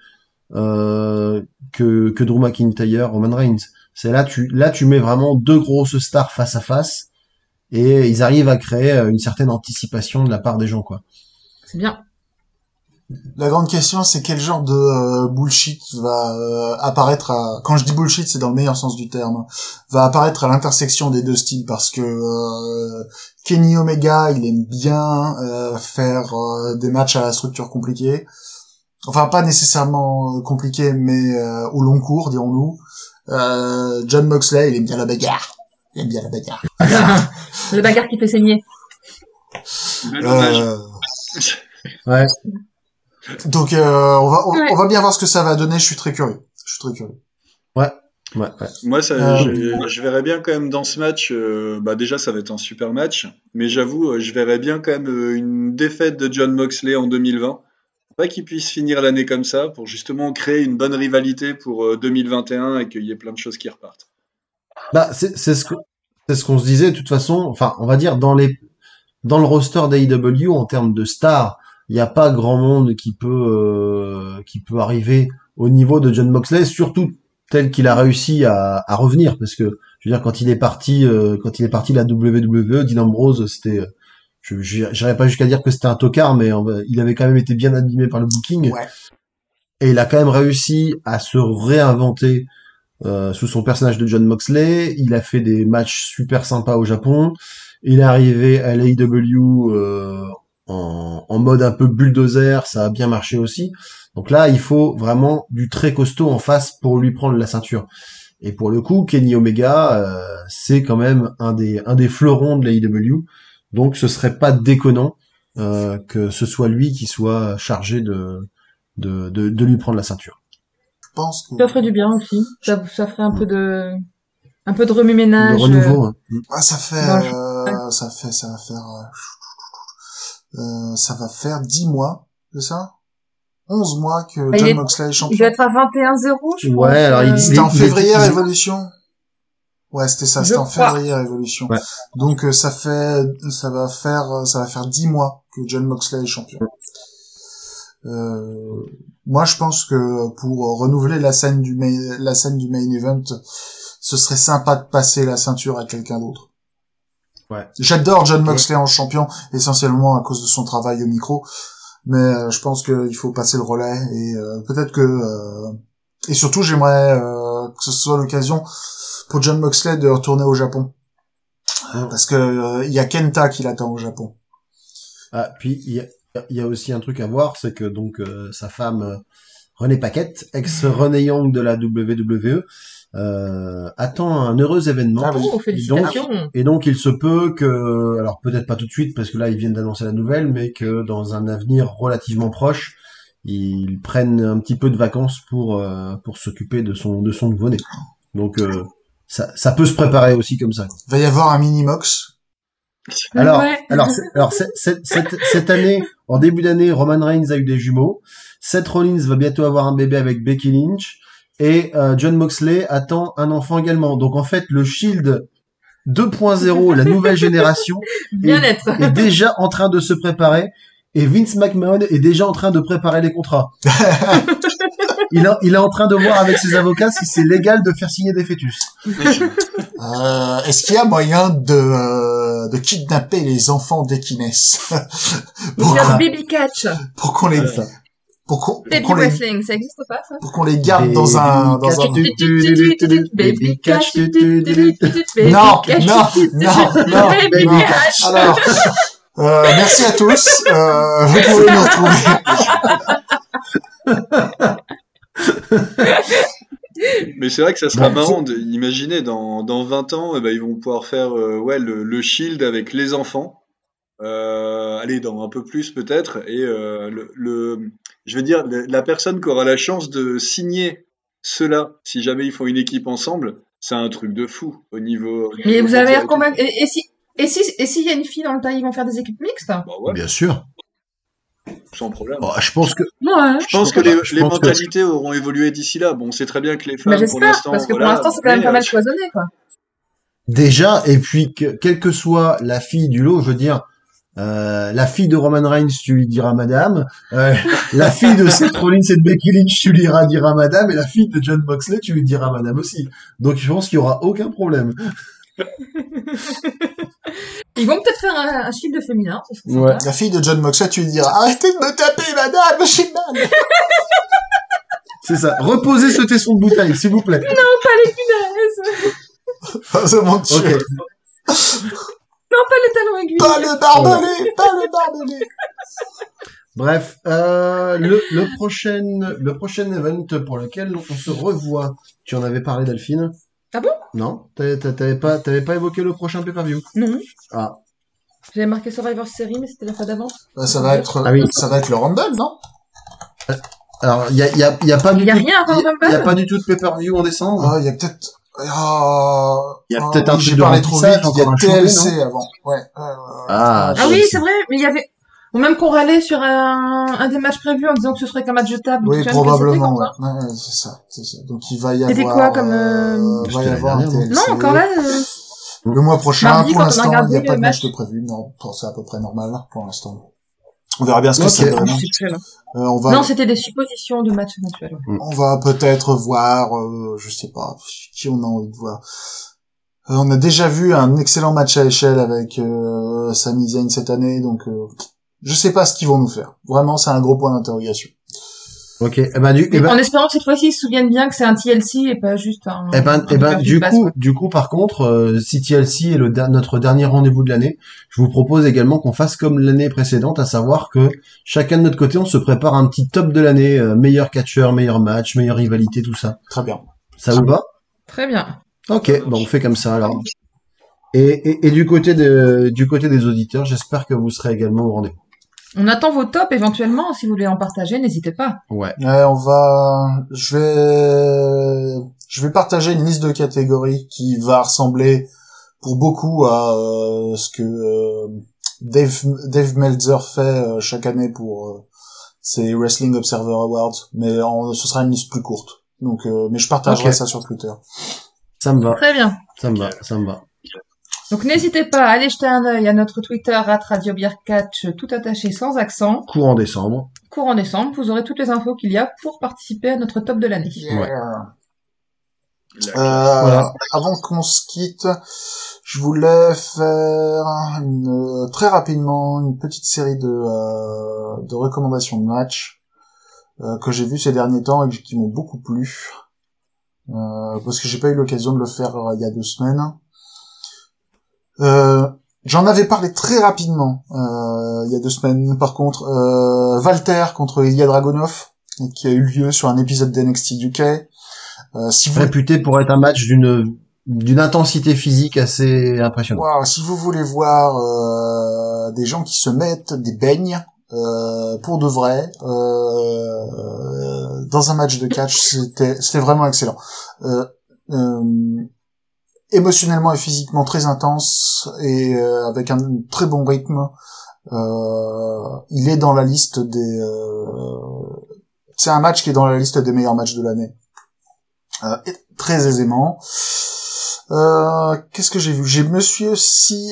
que Drew McIntyre, Roman Reigns. C'est là, tu mets vraiment deux grosses stars face à face, et ils arrivent à créer une certaine anticipation de la part des gens, quoi. C'est bien. La grande question, c'est quel genre de bullshit va apparaître quand je dis bullshit, c'est dans le meilleur sens du terme, va apparaître à l'intersection des deux styles, parce que Kenny Omega, il aime bien faire des matchs à la structure compliquée. Enfin, pas nécessairement compliqué, mais au long cours, dirons-nous. John Moxley, il aime bien la bagarre. Le bagarre qui fait saigner. Ouais. Donc on va bien voir ce que ça va donner. Je suis très curieux. Ouais. Moi, je verrais bien quand même dans ce match. Déjà, ça va être un super match, mais j'avoue, je verrais bien quand même une défaite de John Moxley en 2020. Pas qu'il puisse finir l'année comme ça, pour justement créer une bonne rivalité pour 2021 et qu'il y ait plein de choses qui repartent. Bah, c'est ce qu'on se disait, de toute façon. Enfin, on va dire dans le roster d'AEW en termes de stars, il n'y a pas grand monde qui peut arriver au niveau de John Moxley, surtout tel qu'il a réussi à revenir, parce que je veux dire quand il est parti de la WWE, Dean Ambrose, c'était j'irais pas jusqu'à dire que c'était un tocard, mais il avait quand même été bien abîmé par le booking. Ouais. Et il a quand même réussi à se réinventer sous son personnage de John Moxley. Il a fait des matchs super sympas au Japon. Il est arrivé à l'AEW en mode un peu bulldozer, ça a bien marché aussi. Donc là, il faut vraiment du très costaud en face pour lui prendre la ceinture. Et pour le coup, Kenny Omega, c'est quand même un des fleurons de l'AEW. Donc ce serait pas déconnant que ce soit lui qui soit chargé de lui prendre la ceinture. Je pense que Ça ferait du bien aussi. Ça ferait un peu de remue-ménage. Le renouveau. Hein. ça va faire 10 mois, c'est ça? 11 mois que John Moxley est Il champion. doit être à 21-0, je crois. Ouais, alors C'était en février Révolution. Ouais, c'était ça, c'était en février Révolution. Ouais. Donc ça va faire 10 mois que John Moxley est champion. Moi je pense que pour renouveler la scène du main event, ce serait sympa de passer la ceinture à quelqu'un d'autre. Ouais. J'adore John Moxley en champion, essentiellement à cause de son travail au micro, mais je pense qu'il faut passer le relais et peut-être que et surtout j'aimerais que ce soit l'occasion pour John Moxley de retourner au Japon, parce que il y a Kenta qui l'attend au Japon. Ah, puis il y a aussi un truc à voir, c'est que donc sa femme Renée Paquette, ex Renée Young de la WWE, attend un heureux événement. Ah oui. Oh, félicitations. Et donc il se peut que, alors peut-être pas tout de suite parce que là ils viennent d'annoncer la nouvelle, mais que dans un avenir relativement proche, ils prennent un petit peu de vacances pour s'occuper de son nouveau-né. Donc ça peut se préparer aussi comme ça. Va y avoir un mini-mox. Alors, Ouais. cette année, en début d'année, Roman Reigns a eu des jumeaux. Seth Rollins va bientôt avoir un bébé avec Becky Lynch. Et Jon Moxley attend un enfant également. Donc en fait, le Shield 2.0, la nouvelle génération, Bien-être. est déjà en train de se préparer. Et Vince McMahon est déjà en train de préparer les contrats. Il est en train de voir avec ses avocats si c'est légal de faire signer des fœtus. Est-ce qu'il y a moyen de kidnapper les enfants dès qu'ils naissent Le baby catch. pour qu'on les Ça. Baby wrestling, ça existe pas, ça? pour qu'on les garde dans un Baby catch. non Baby catch. Alors merci à tous, vous pouvez nous retrouver. Mais c'est vrai que ça sera Bon, marrant d'imaginer dans 20 ans, ils vont pouvoir faire le Shield avec les enfants. Allez, dans un peu plus peut-être. Et je veux dire, la personne qui aura la chance de signer cela, si jamais ils font une équipe ensemble, c'est un truc de fou au niveau. Mais vous avez l'air mondial. convaincu. Et s'il y a une fille dans le tas, ils vont faire des équipes mixtes? Bah ouais, Bien sûr. sans problème. Oh, je pense que Ouais. Je pense que je les pense que- mentalités auront évolué d'ici là. Bon, on sait très bien que les Bah, femmes, pour j'espère, l'instant, parce que pour voilà, l'instant, c'est quand même mais, pas mal cloisonné, quoi. déjà, et puis quelle que soit la fille du lot, je veux dire, la fille de Roman Reigns, tu lui diras madame, la fille de Seth Rollins et de Becky Lynch, tu lui diras madame, et la fille de Jon Moxley, tu lui diras madame aussi. Donc je pense qu'il y aura aucun problème. Ils vont peut-être faire un shield féminin, ça serait Ouais. sympa. La fille de Jon Moxley, tu lui diras arrêtez de me taper, madame, j'ai mal. C'est ça. Reposez ce tesson de bouteille, s'il vous plaît. Pas les punaises. C'est mon Dieu. Ok. Non, pas les talons aiguilles. Pas le barbelé, pas le barbelé. Bref, le prochain event pour lequel on se revoit. Tu en avais parlé, Delphine? Ah bon? Non? T'avais pas évoqué le prochain pay-per-view? Non. Ah. J'avais marqué Survivor Series, mais c'était la fois d'avant. Ça va être Ah oui. le Rumble, non? Alors, il y a pas du Il y a tout, rien avant le il y a Rumble? pas du tout de pay-per-view en décembre. Ah, il y a peut-être Il y a peut-être un j'ai truc de parlé trop remplissage, vite, il y a encore un show, TLC avant. Ouais. Ah, Ah oui, c'est vrai, mais il y avait... Ou même qu'on râlait sur un des matchs prévus en disant que ce serait qu'un match de table. Oui, Tu te souviens que probablement, c'était ouais. comme ça? Ouais, c'est ça. Donc il va y avoir. C'était quoi comme, va y C'était avoir la un dernière, TLC. Non, encore là, Le mois prochain, Mardi, pour quand on a l'instant, il regardé n'y a pas le de match match. de prévu. Non, c'est à peu près normal, pour l'instant. On verra bien ce que Ok. ça donne. je sais plus, là. On va, Non, c'était des suppositions de matchs éventuels. on va peut-être voir, je sais pas, qui on a envie de voir. On a déjà vu un excellent match à échelle avec Sami Zayn cette année, donc je sais pas ce qu'ils vont nous faire. Vraiment, c'est un gros point d'interrogation. Ok. Eh ben, En espérant que cette fois-ci, ils se souviennent bien que c'est un TLC et pas juste un... un du pass, coup, quoi. par contre, si TLC est notre dernier rendez-vous de l'année, je vous propose également qu'on fasse comme l'année précédente, à savoir que chacun de notre côté, on se prépare un petit top de l'année, meilleur catcheur, meilleur match, meilleure rivalité, tout ça. Très bien. Ça vous va? Très bien. Ok, bon, on fait comme ça alors. Et du côté des auditeurs, j'espère que vous serez également au rendez-vous. On attend vos tops éventuellement. Si vous voulez en partager, n'hésitez pas. Ouais. Je vais partager une liste de catégories qui va ressembler pour beaucoup à ce que Dave Meltzer fait chaque année pour ses Wrestling Observer Awards, mais ce sera une liste plus courte. Donc, mais je partagerai Ok. ça sur Twitter. Ça me va, Très bien. ça me va, ça me va. Donc n'hésitez pas à aller jeter un œil à notre Twitter @RadioBeerCatch, tout attaché sans accent. Courant décembre. Courant décembre, vous aurez toutes les infos qu'il y a pour participer à notre top de l'année. Ouais. Voilà. Avant qu'on se quitte, je voulais faire très rapidement une petite série de recommandations de matchs que j'ai vues ces derniers temps et qui m'ont beaucoup plu. Parce que j'ai pas eu l'occasion de le faire il y a 2 semaines. J'en avais parlé très rapidement il y a 2 semaines. Par contre, Walter contre Ilya Dragunov, qui a eu lieu sur un épisode d'NXT UK. Si vous Réputé pour être un match d'une intensité physique assez impressionnante. Wow, si vous voulez voir des gens qui se mettent des beignes pour de vrai dans un match de catch, c'était vraiment excellent. Émotionnellement et physiquement très intense et avec un très bon rythme. Il est dans la liste des. C'est un match qui est dans la liste des meilleurs matchs de l'année. Très aisément. Qu'est-ce que j'ai vu? Je me suis aussi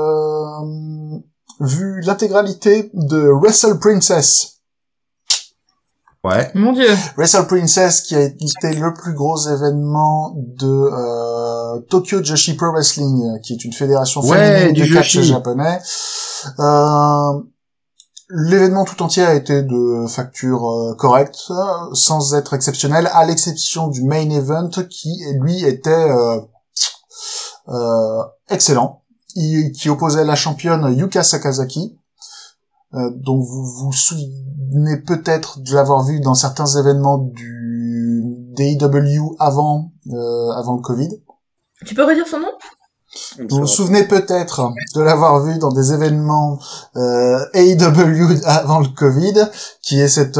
vu l'intégralité de Wrestle Princess. Ouais. Mon Dieu. Wrestle Princess qui a été le plus gros événement de Tokyo Joshi Pro Wrestling, qui est une fédération féminine de catch japonais. L'événement tout entier a été de facture correcte, sans être exceptionnel, à l'exception du main event qui, lui, était excellent, qui opposait la championne Yuka Sakazaki, dont vous vous souvenez peut-être de l'avoir vu dans certains événements des AEW avant le Covid. Tu peux redire son nom? Vous vous souvenez peut-être de l'avoir vu dans des événements AEW avant le Covid, qui est cette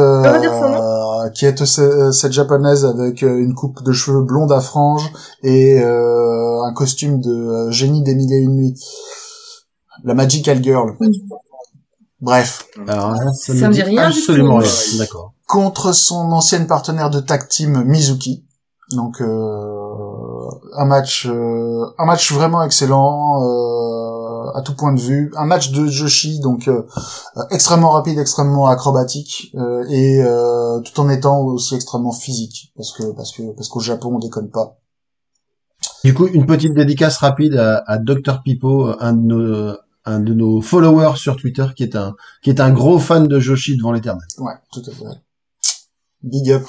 japonaise avec une coupe de cheveux blonde à franges et un costume de génie des mille et une nuits. La Magical Girl. Bref. Alors, ça me dit rien absolument du tout. rien. D'accord. Contre son ancienne partenaire de tag team Mizuki. Donc un match vraiment excellent à tout point de vue, un match de Joshi donc extrêmement rapide, extrêmement acrobatique et tout en étant aussi extrêmement physique parce qu'au Japon on déconne pas. Du coup, une petite dédicace rapide à Dr Pipo, un de nos followers sur Twitter qui est un gros fan de Joshi devant l'éternel. Ouais, tout à fait. Big up.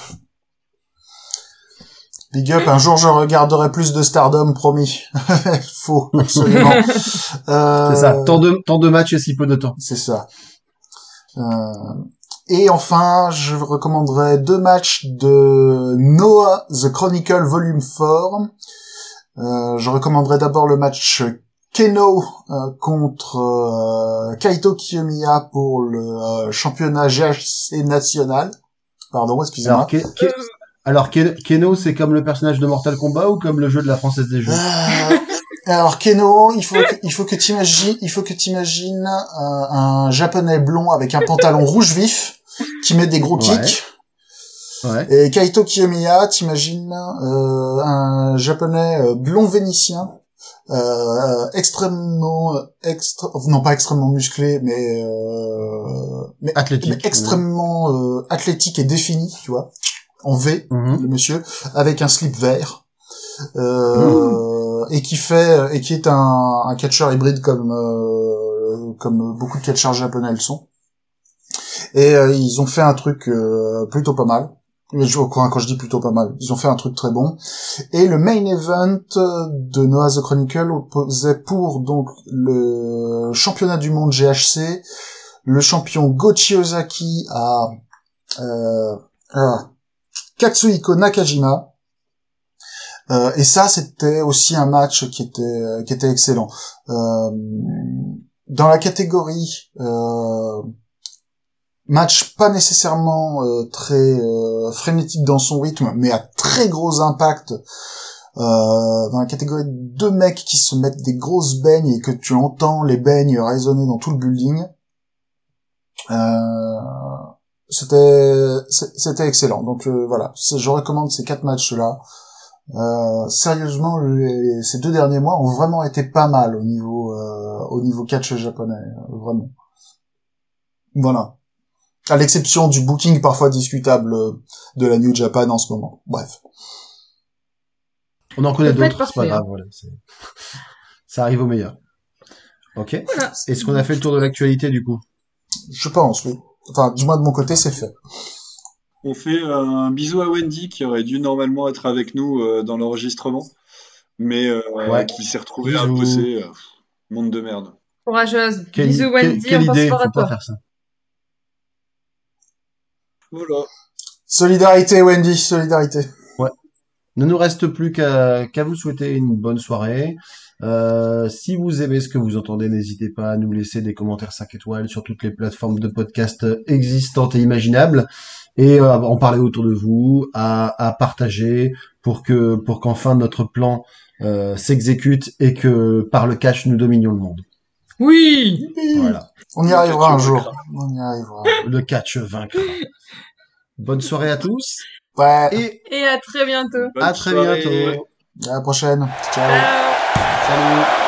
Big up, un jour je regarderai plus de Stardom, promis. Faux, absolument. C'est ça, tant de matchs et si peu de temps. C'est ça. Et enfin, je recommanderais 2 matchs de Noah The Chronicle Volume 4. Je recommanderais d'abord le match Keno contre Kaito Kiyomiya pour le championnat GHC national. Pardon, excusez-moi. Alors, Keno, c'est comme le personnage de Mortal Kombat ou comme le jeu de la Française des Jeux? Alors Keno, il faut que t'imagines un japonais blond avec un pantalon rouge vif qui met des gros kicks. Ouais. Et Kaito Kiyomiya, t'imagines un japonais blond vénitien, non pas extrêmement musclé, mais athlétique, mais extrêmement athlétique et défini, tu vois. En V, le monsieur, avec un slip vert, et qui est un catcheur hybride comme beaucoup de catcheurs japonais le sont. Et ils ont fait un truc plutôt pas mal. Mais quand je dis plutôt pas mal, ils ont fait un truc très bon. Et le main event de Noah The Chronicle opposait pour donc le championnat du monde GHC, le champion Gochi Ozaki à Katsuhiko Nakajima. Et ça, c'était aussi un match qui était excellent. Dans la catégorie match pas nécessairement très frénétique dans son rythme, mais à très gros impact, dans la catégorie de 2 mecs qui se mettent des grosses beignes et que tu entends les beignes résonner dans tout le building. C'était excellent. Donc voilà, je recommande ces 4 matchs-là. Sérieusement, ces 2 derniers mois ont vraiment été pas mal au niveau catch japonais, vraiment. Voilà. À l'exception du booking parfois discutable de la New Japan en ce moment. Bref. On en connaît d'autres, c'est pas parfait, grave, voilà. Ça arrive au meilleur. Ok. Voilà. Est-ce qu'on a fait le tour de l'actualité, du coup? Je pense, oui. Enfin, du moins de mon côté, c'est fait. On fait un bisou à Wendy qui aurait dû normalement être avec nous dans l'enregistrement, mais qui s'est retrouvée à bosser. Monde de merde. Courageuse. Quelle, Bisous Wendy, quelle on pense idée, fort à faut pas toi. faire ça. Voilà. Solidarité, Wendy, solidarité. Ne nous reste plus qu'à vous souhaiter une bonne soirée. Si vous aimez ce que vous entendez, n'hésitez pas à nous laisser des commentaires 5 étoiles sur toutes les plateformes de podcast existantes et imaginables, et à en parler autour de vous, à partager pour qu'enfin notre plan s'exécute et que par le catch nous dominions le monde. Oui. Voilà, On y Le arrivera un catch jour. vaincra. On y arrivera. le catch vaincra. Bonne soirée à tous Ouais, et Et à très bientôt. Bonne à très soirée. bientôt. à la prochaine. Ciao. Ciao. Salut.